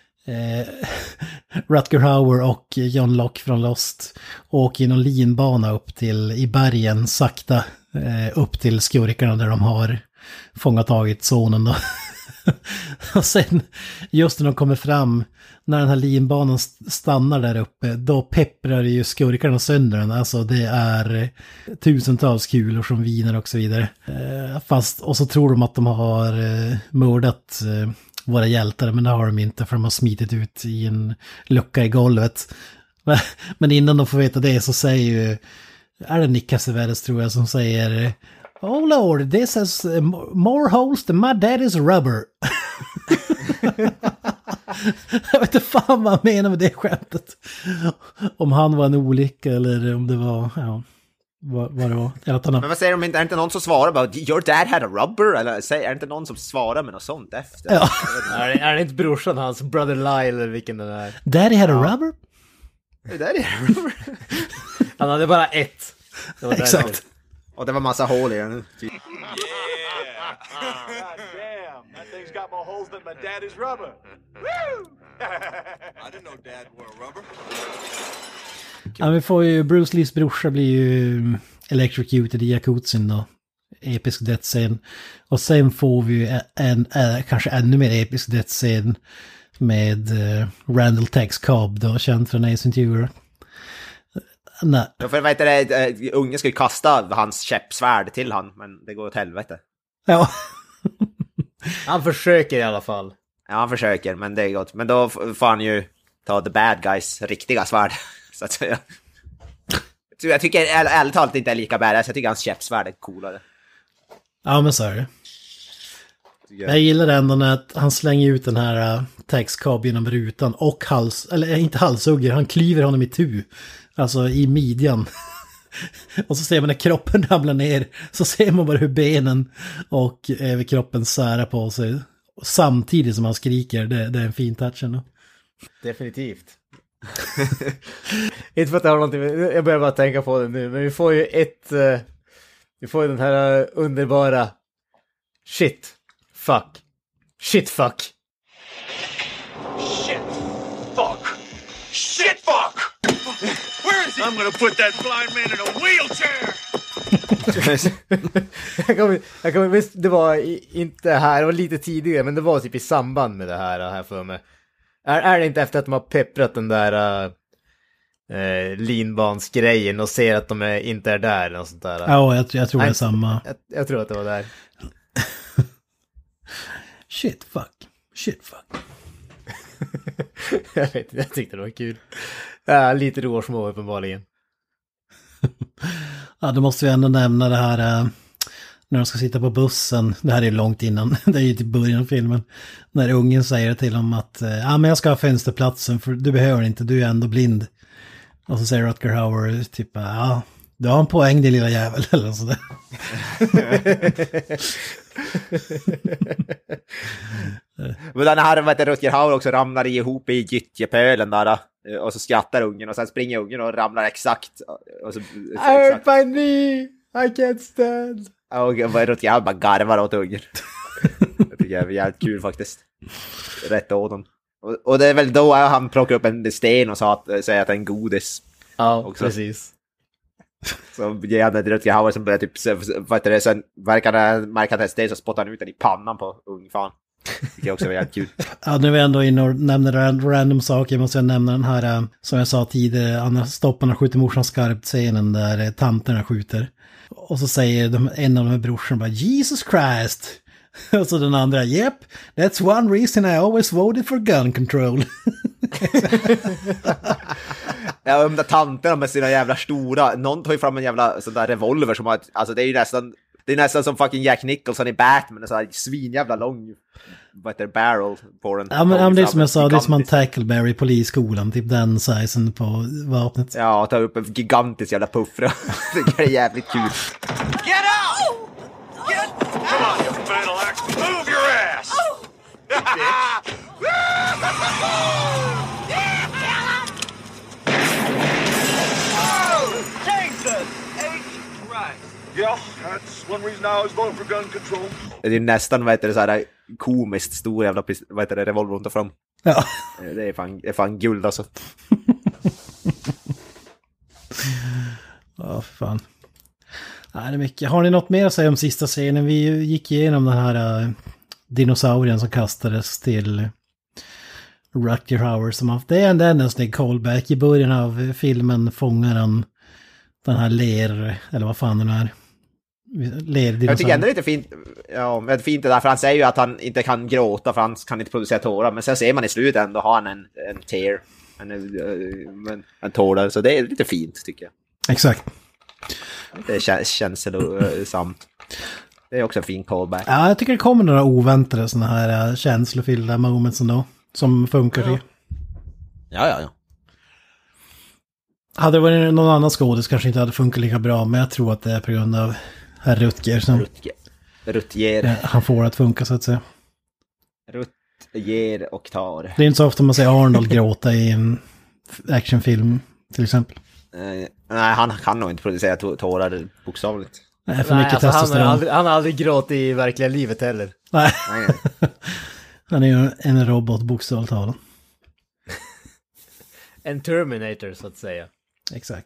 Rutger Hauer och John Locke från Lost åker i någon linbana upp till, i bergen sakta, upp till skurkarna där de har fångat tagit sonen då. Och sen just när de kommer fram, när den här linbanan stannar där uppe, då pepprar ju skurkarna sönder den. Alltså det är tusentals kulor som viner och så vidare. Fast, och så tror de att de har mördat våra hjältar, men det har de inte, för de har smitit ut i en lucka i golvet. Men innan de får veta det så säger ju, är det Nick Cassavetes tror jag, som säger: "Oh Lord, this has more holes than my daddy's rubber." Jag vet inte fan vad han menar med det skämtet. Om han var en olycka eller om det var, ja, vad det var.
Men vad säger de, är det inte någon som svarar bara "Your dad had a rubber"? Eller är det inte någon som svarar med något sånt efter?
Ja.
Är det inte brorsan hans, Brother Lyle eller vilken den är?
Daddy had a rubber?
Daddy had a rubber?
Han hade bara ett.
Exakt.
Och det var massa hål i den.
Got more holes than my daddy's rubber. Woo! I didn't know dad wore a rubber.
Ja, vi får ju, Bruce Lees brorsa blir ju electrocuted i jacuzzin då. Episk dödsscen. Och sen får vi ju en kanske ännu mer episk dödsscen med Randall Tex Cobb då, känd från Ace Ventura. Nej.
Ja, för vet du, ungen ska ju kasta hans käppsvärd till han, men det går åt helvete.
Ja.
Han försöker i alla fall.
Ja, han försöker, men det är gott. Men då får han ju ta the bad guys riktiga svärd, så att säga. Jag tycker ärligt talat inte är lika badass. Jag tycker hans käppsvärd är coolare.
Ja, men så är det. Jag gillar ändå när han slänger ut den här Tex Cobb genom rutan och inte halshugger, han klyver honom i tu. Alltså i midjan. Och så ser man när kroppen ramlar ner, så ser man bara hur benen och kroppen särar på sig samtidigt som han skriker. Det är en fin touch ändå.
Definitivt. Inte för att det har någonting, jag börjar bara tänka på det nu, men vi får ju vi får ju den här underbara shit fuck. Shit fuck.
Where is he? I'm gonna put that blind man in a wheelchair!
jag kommer visst, det var inte här, det var lite tidigare, men det var typ i samband med det här för mig. Är det inte efter att de har pepprat den där linbansgrejen och ser att de inte är där eller något sånt där?
Ja, jag tror det är samma.
Jag tror att det var där.
Shit fuck.
Jag vet inte, jag tyckte det var kul. Ja, lite råsmå uppenbarligen.
Ja, då måste vi ändå nämna det här när de ska sitta på bussen. Det här är långt innan, det är ju till början av filmen. När ungen säger till dem att men jag ska ha fönsterplatsen för du behöver inte, du är ändå blind. Och så säger Rutger Hauer typ, Du har en poäng, det lilla jävel, eller sådär.
Men den här Rutger Hauer också ramlar ihop i gyttjepölen där. Och så skrattar ungen och sen springer ungen och ramlar exakt. Och så,
I hurt my knee! I can't stand!
Och Rutger Hauer bara garvar åt ungen. Det tycker jag är jävligt kul faktiskt. Rätt åt honom. Och det är väl då han plockar upp en sten och säger att det är en godis.
Ja,
också.
Precis.
Så ger han det till Rutger Hauer som börjar typ, sen verkar det märka att det är sten så spottar han ut den i pannan på ungfan. Det tycker jag också var jävligt kul.
Ja, nu är vi ändå inne och nämner random saker. Måste jag nämna den här, som jag sa tidigare, stopparna skjuter morsan skarpt scenen där tanterna skjuter. Och så säger en av de här brorsorna bara Jesus Christ. Och så den andra, yep, that's one reason I always voted for gun control.
Ja, de där tanterna med sina jävla stora, någon tar ju fram en jävla sån där revolver som har, alltså det är ju nästan som fucking Jack Nicholson i Batman, en sån här svinjävla lång barrel på den.
Ja, men det är som jag sa, det är som en Tackleberry i polisskolan, typ den sizen på vapnet.
Ja, ta upp en gigantisk jävla puffra. Det är jävligt kul.
Get out! Come on, you fatal axe. Move your ass! Jesus Christ! Yeah, that's one reason I was voting for gun control.
Det är nästan, så här komiskt stor jävla revolver runt och fram.
Ja.
Det är fan guld alltså.
Ja, för fan. Nej, det är mycket. Har ni något mer att säga om sista scenen? Vi gick igenom den här dinosaurien som kastades till Rutger Hauer. Det är en snygg callback. I början av filmen fångar han den här eller vad fan den är.
Jag tycker ändå det är lite fint. Ja, men fint det där, för han säger ju att han inte kan gråta för han kan inte producera tårar. Men sen ser man i slutet ändå har han en tear. En tår där, så det är lite fint tycker jag.
Exakt.
Det känns samt. Det är också en fin callback.
Ja, jag tycker det kommer några oväntade såna här känslofyllda moments ändå. Som funkar till.
Ja.
Hade det varit någon annan skådis kanske inte hade funkat lika bra. Men jag tror att det är på grund av herr Rutger som
Rutger.
Han får att funka så att säga.
Rutger och tar.
Det är inte så ofta man ser Arnold gråta i en actionfilm till exempel.
Nej, han kan nog inte producera tårar bokstavligt.
Nej, för mycket testosteron.
Han har aldrig gråtit i verkliga livet heller.
Nej. Han är ju en robot bokstavligt talat.
En Terminator så att säga.
Exakt.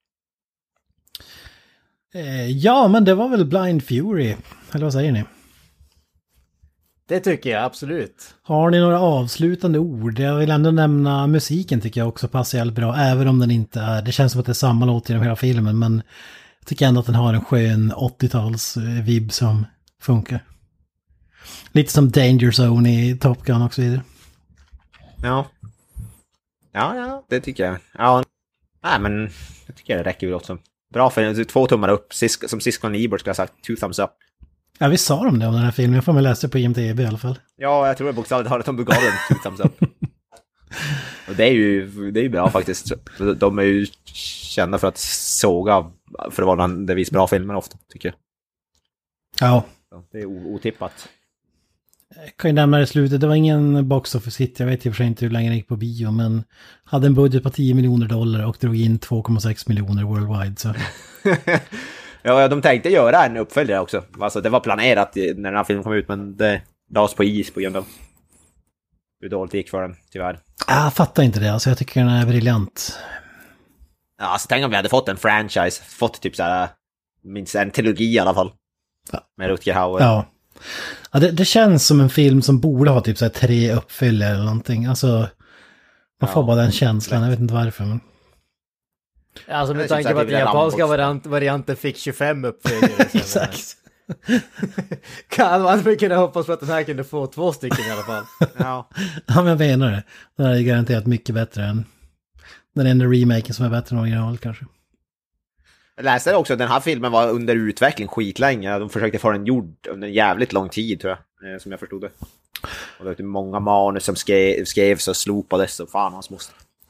Ja, men det var väl Blind Fury. Eller vad säger ni?
Det tycker jag, absolut.
Har ni några avslutande ord? Jag vill ändå nämna musiken tycker jag också passar jävligt bra. Även om den inte är... Det känns som att det är samma låt genom hela filmen. Men jag tycker ändå att den har en skön 80-tals-vibb som funkar. Lite som Danger Zone i Top Gun och så vidare.
Ja, det tycker jag. Ja, nej men jag tycker det räcker väl också. Bra för 2 tummar upp. Som Siskel Ebert skulle ha sagt, 2 thumbs up. Ja,
vi sa de det om den här filmen. Jag får väl läsa på IMDb i alla fall.
Ja, jag tror att bokstavligt har att de gav den 2 thumbs up. Och det är ju bra faktiskt. De är ju kända för att såga för att vara det vis bra filmer ofta, tycker jag.
Ja.
Det är otippat.
Jag kan ju nämna det i slutet. Det var ingen box office hit. Jag vet i och för sig inte hur länge det gick på bio. Men hade en budget på $10 miljoner och drog in 2,6 miljoner worldwide. Så.
Ja, de tänkte göra en uppföljare också. Alltså, det var planerat när den här filmen kom ut. Men det lades på is på grund av hur dåligt det gick för den, tyvärr.
Jag fattar inte det. Alltså, jag tycker den är briljant.
Ja, alltså tänk om vi hade fått en franchise. Fått typ såhär, minst en trilogi i alla fall. Ja. Med Rutger Hauer.
Ja. Ja, det känns som en film som borde ha typ så här 3 uppfyllare eller någonting. Alltså, man får bara den känslan. Jag vet inte varför. Men...
Alltså med tanke på att den japanska varianten fick 25 uppföljare.
Exakt.
Kan man kunna hoppas på att den här kunde få 2 stycken i alla fall.
Ja,
men jag menar det. Den här är garanterat mycket bättre än den enda remaken som är bättre än original kanske.
Jag läste också att den här filmen var under utveckling skitlänge. De försökte få den gjord under en jävligt lång tid tror jag. Som jag förstod det. Och det var många manus som skrevs och slopades och fan hans moster.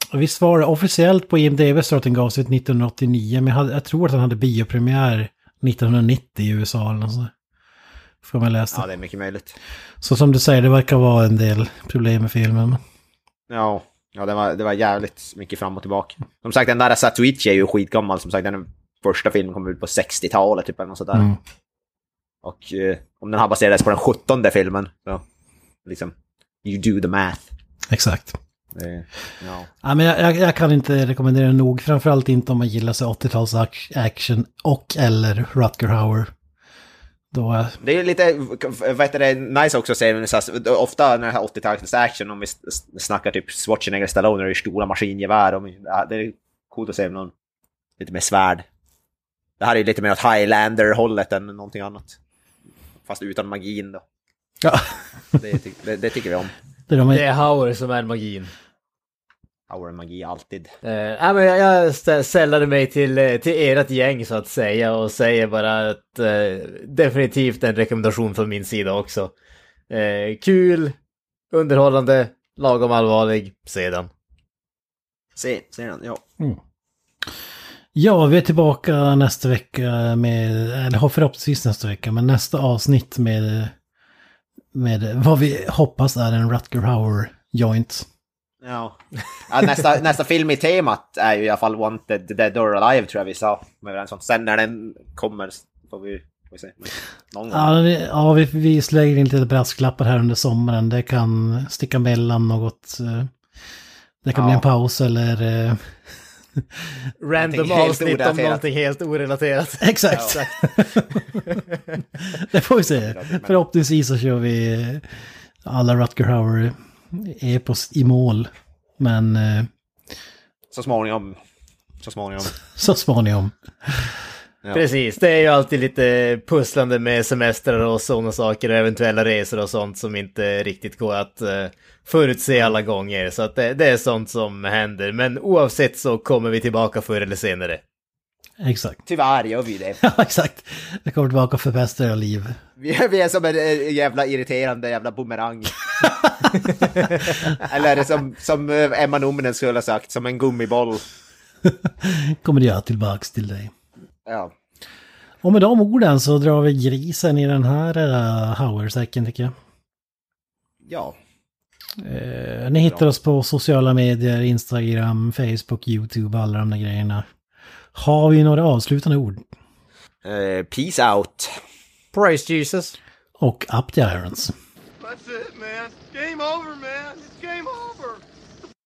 Visst var det officiellt på IMDb så att den gavs ut 1989, men jag tror att den hade biopremiär 1990 i USA eller något så. Får man läsa.
Ja, det är mycket möjligt.
Så som du säger, det verkar vara en del problem med filmen.
Ja, det var jävligt mycket fram och tillbaka. Som sagt, den där Satuichi är ju skitgammal. Som sagt, den första filmen kom ut på 60-talet typ eller något sådär. Mm. Och om den här baserades på den 17:e filmen, så liksom, you do the math.
Exakt.
Ja.
Ja, men jag kan inte rekommendera den nog. Framförallt inte om man gillar sig 80-tals action och eller Rutger Hauer. Då... Det
är lite, vet du, nice också att se, ofta när det här 80-talets action, om vi snackar typ Schwarzenegger, Stallone, det är stora maskingevär. Det är coolt att se någon lite mer svärd. Det här är lite mer åt Highlander-hållet än någonting annat. Fast utan magin då.
Ja.
Det tycker vi om.
Det är Hauer som är magin.
Hauer magi alltid.
Men jag ställde mig till ert gäng så att säga och säger bara att definitivt en rekommendation från min sida också. Kul, underhållande, lagom allvarlig, se den.
Se den, ja.
Mm. Ja, vi är tillbaka nästa vecka med, eller förhoppningsvis nästa vecka, men nästa avsnitt med vad vi hoppas är en Rutger Hauer joint.
Ja, nästa film i temat är ju i alla fall Wanted, Dead or Alive tror jag vi sa. Sen när den kommer får vi se. Någon gång.
Vi slänger in lite brasklappar här under sommaren. Det kan sticka mellan något. Det kan bli en paus eller...
Random avsnitt om någonting helt orelaterat.
Exakt. Det får vi se. Förhoppningsvis så kör vi alla Rutger Hauer epos i mål. Men...
Så småningom.
Ja. Precis, det är ju alltid lite pusslande med semestrar och sådana saker och eventuella resor och sånt som inte riktigt går att förutse alla gånger. Så att det är sånt som händer. Men oavsett så kommer vi tillbaka förr eller senare.
Exakt.
Tyvärr gör vi det.
Ja, exakt. Vi kommer tillbaka för bästa liv.
Vi är som en jävla irriterande jävla boomerang. Eller som Emma Numminen skulle ha sagt, som en gummiboll.
Kommer jag tillbaks till dig.
Ja.
Och med de orden så drar vi grisen i den här Hauer-säcken tycker jag.
Ja.
Ni hittar oss på sociala medier, Instagram, Facebook, YouTube, alla de där grejerna. Har vi några avslutande ord?
Peace out.
Praise Jesus.
Och up the irons.
That's it, man. Game over, man. It's game over.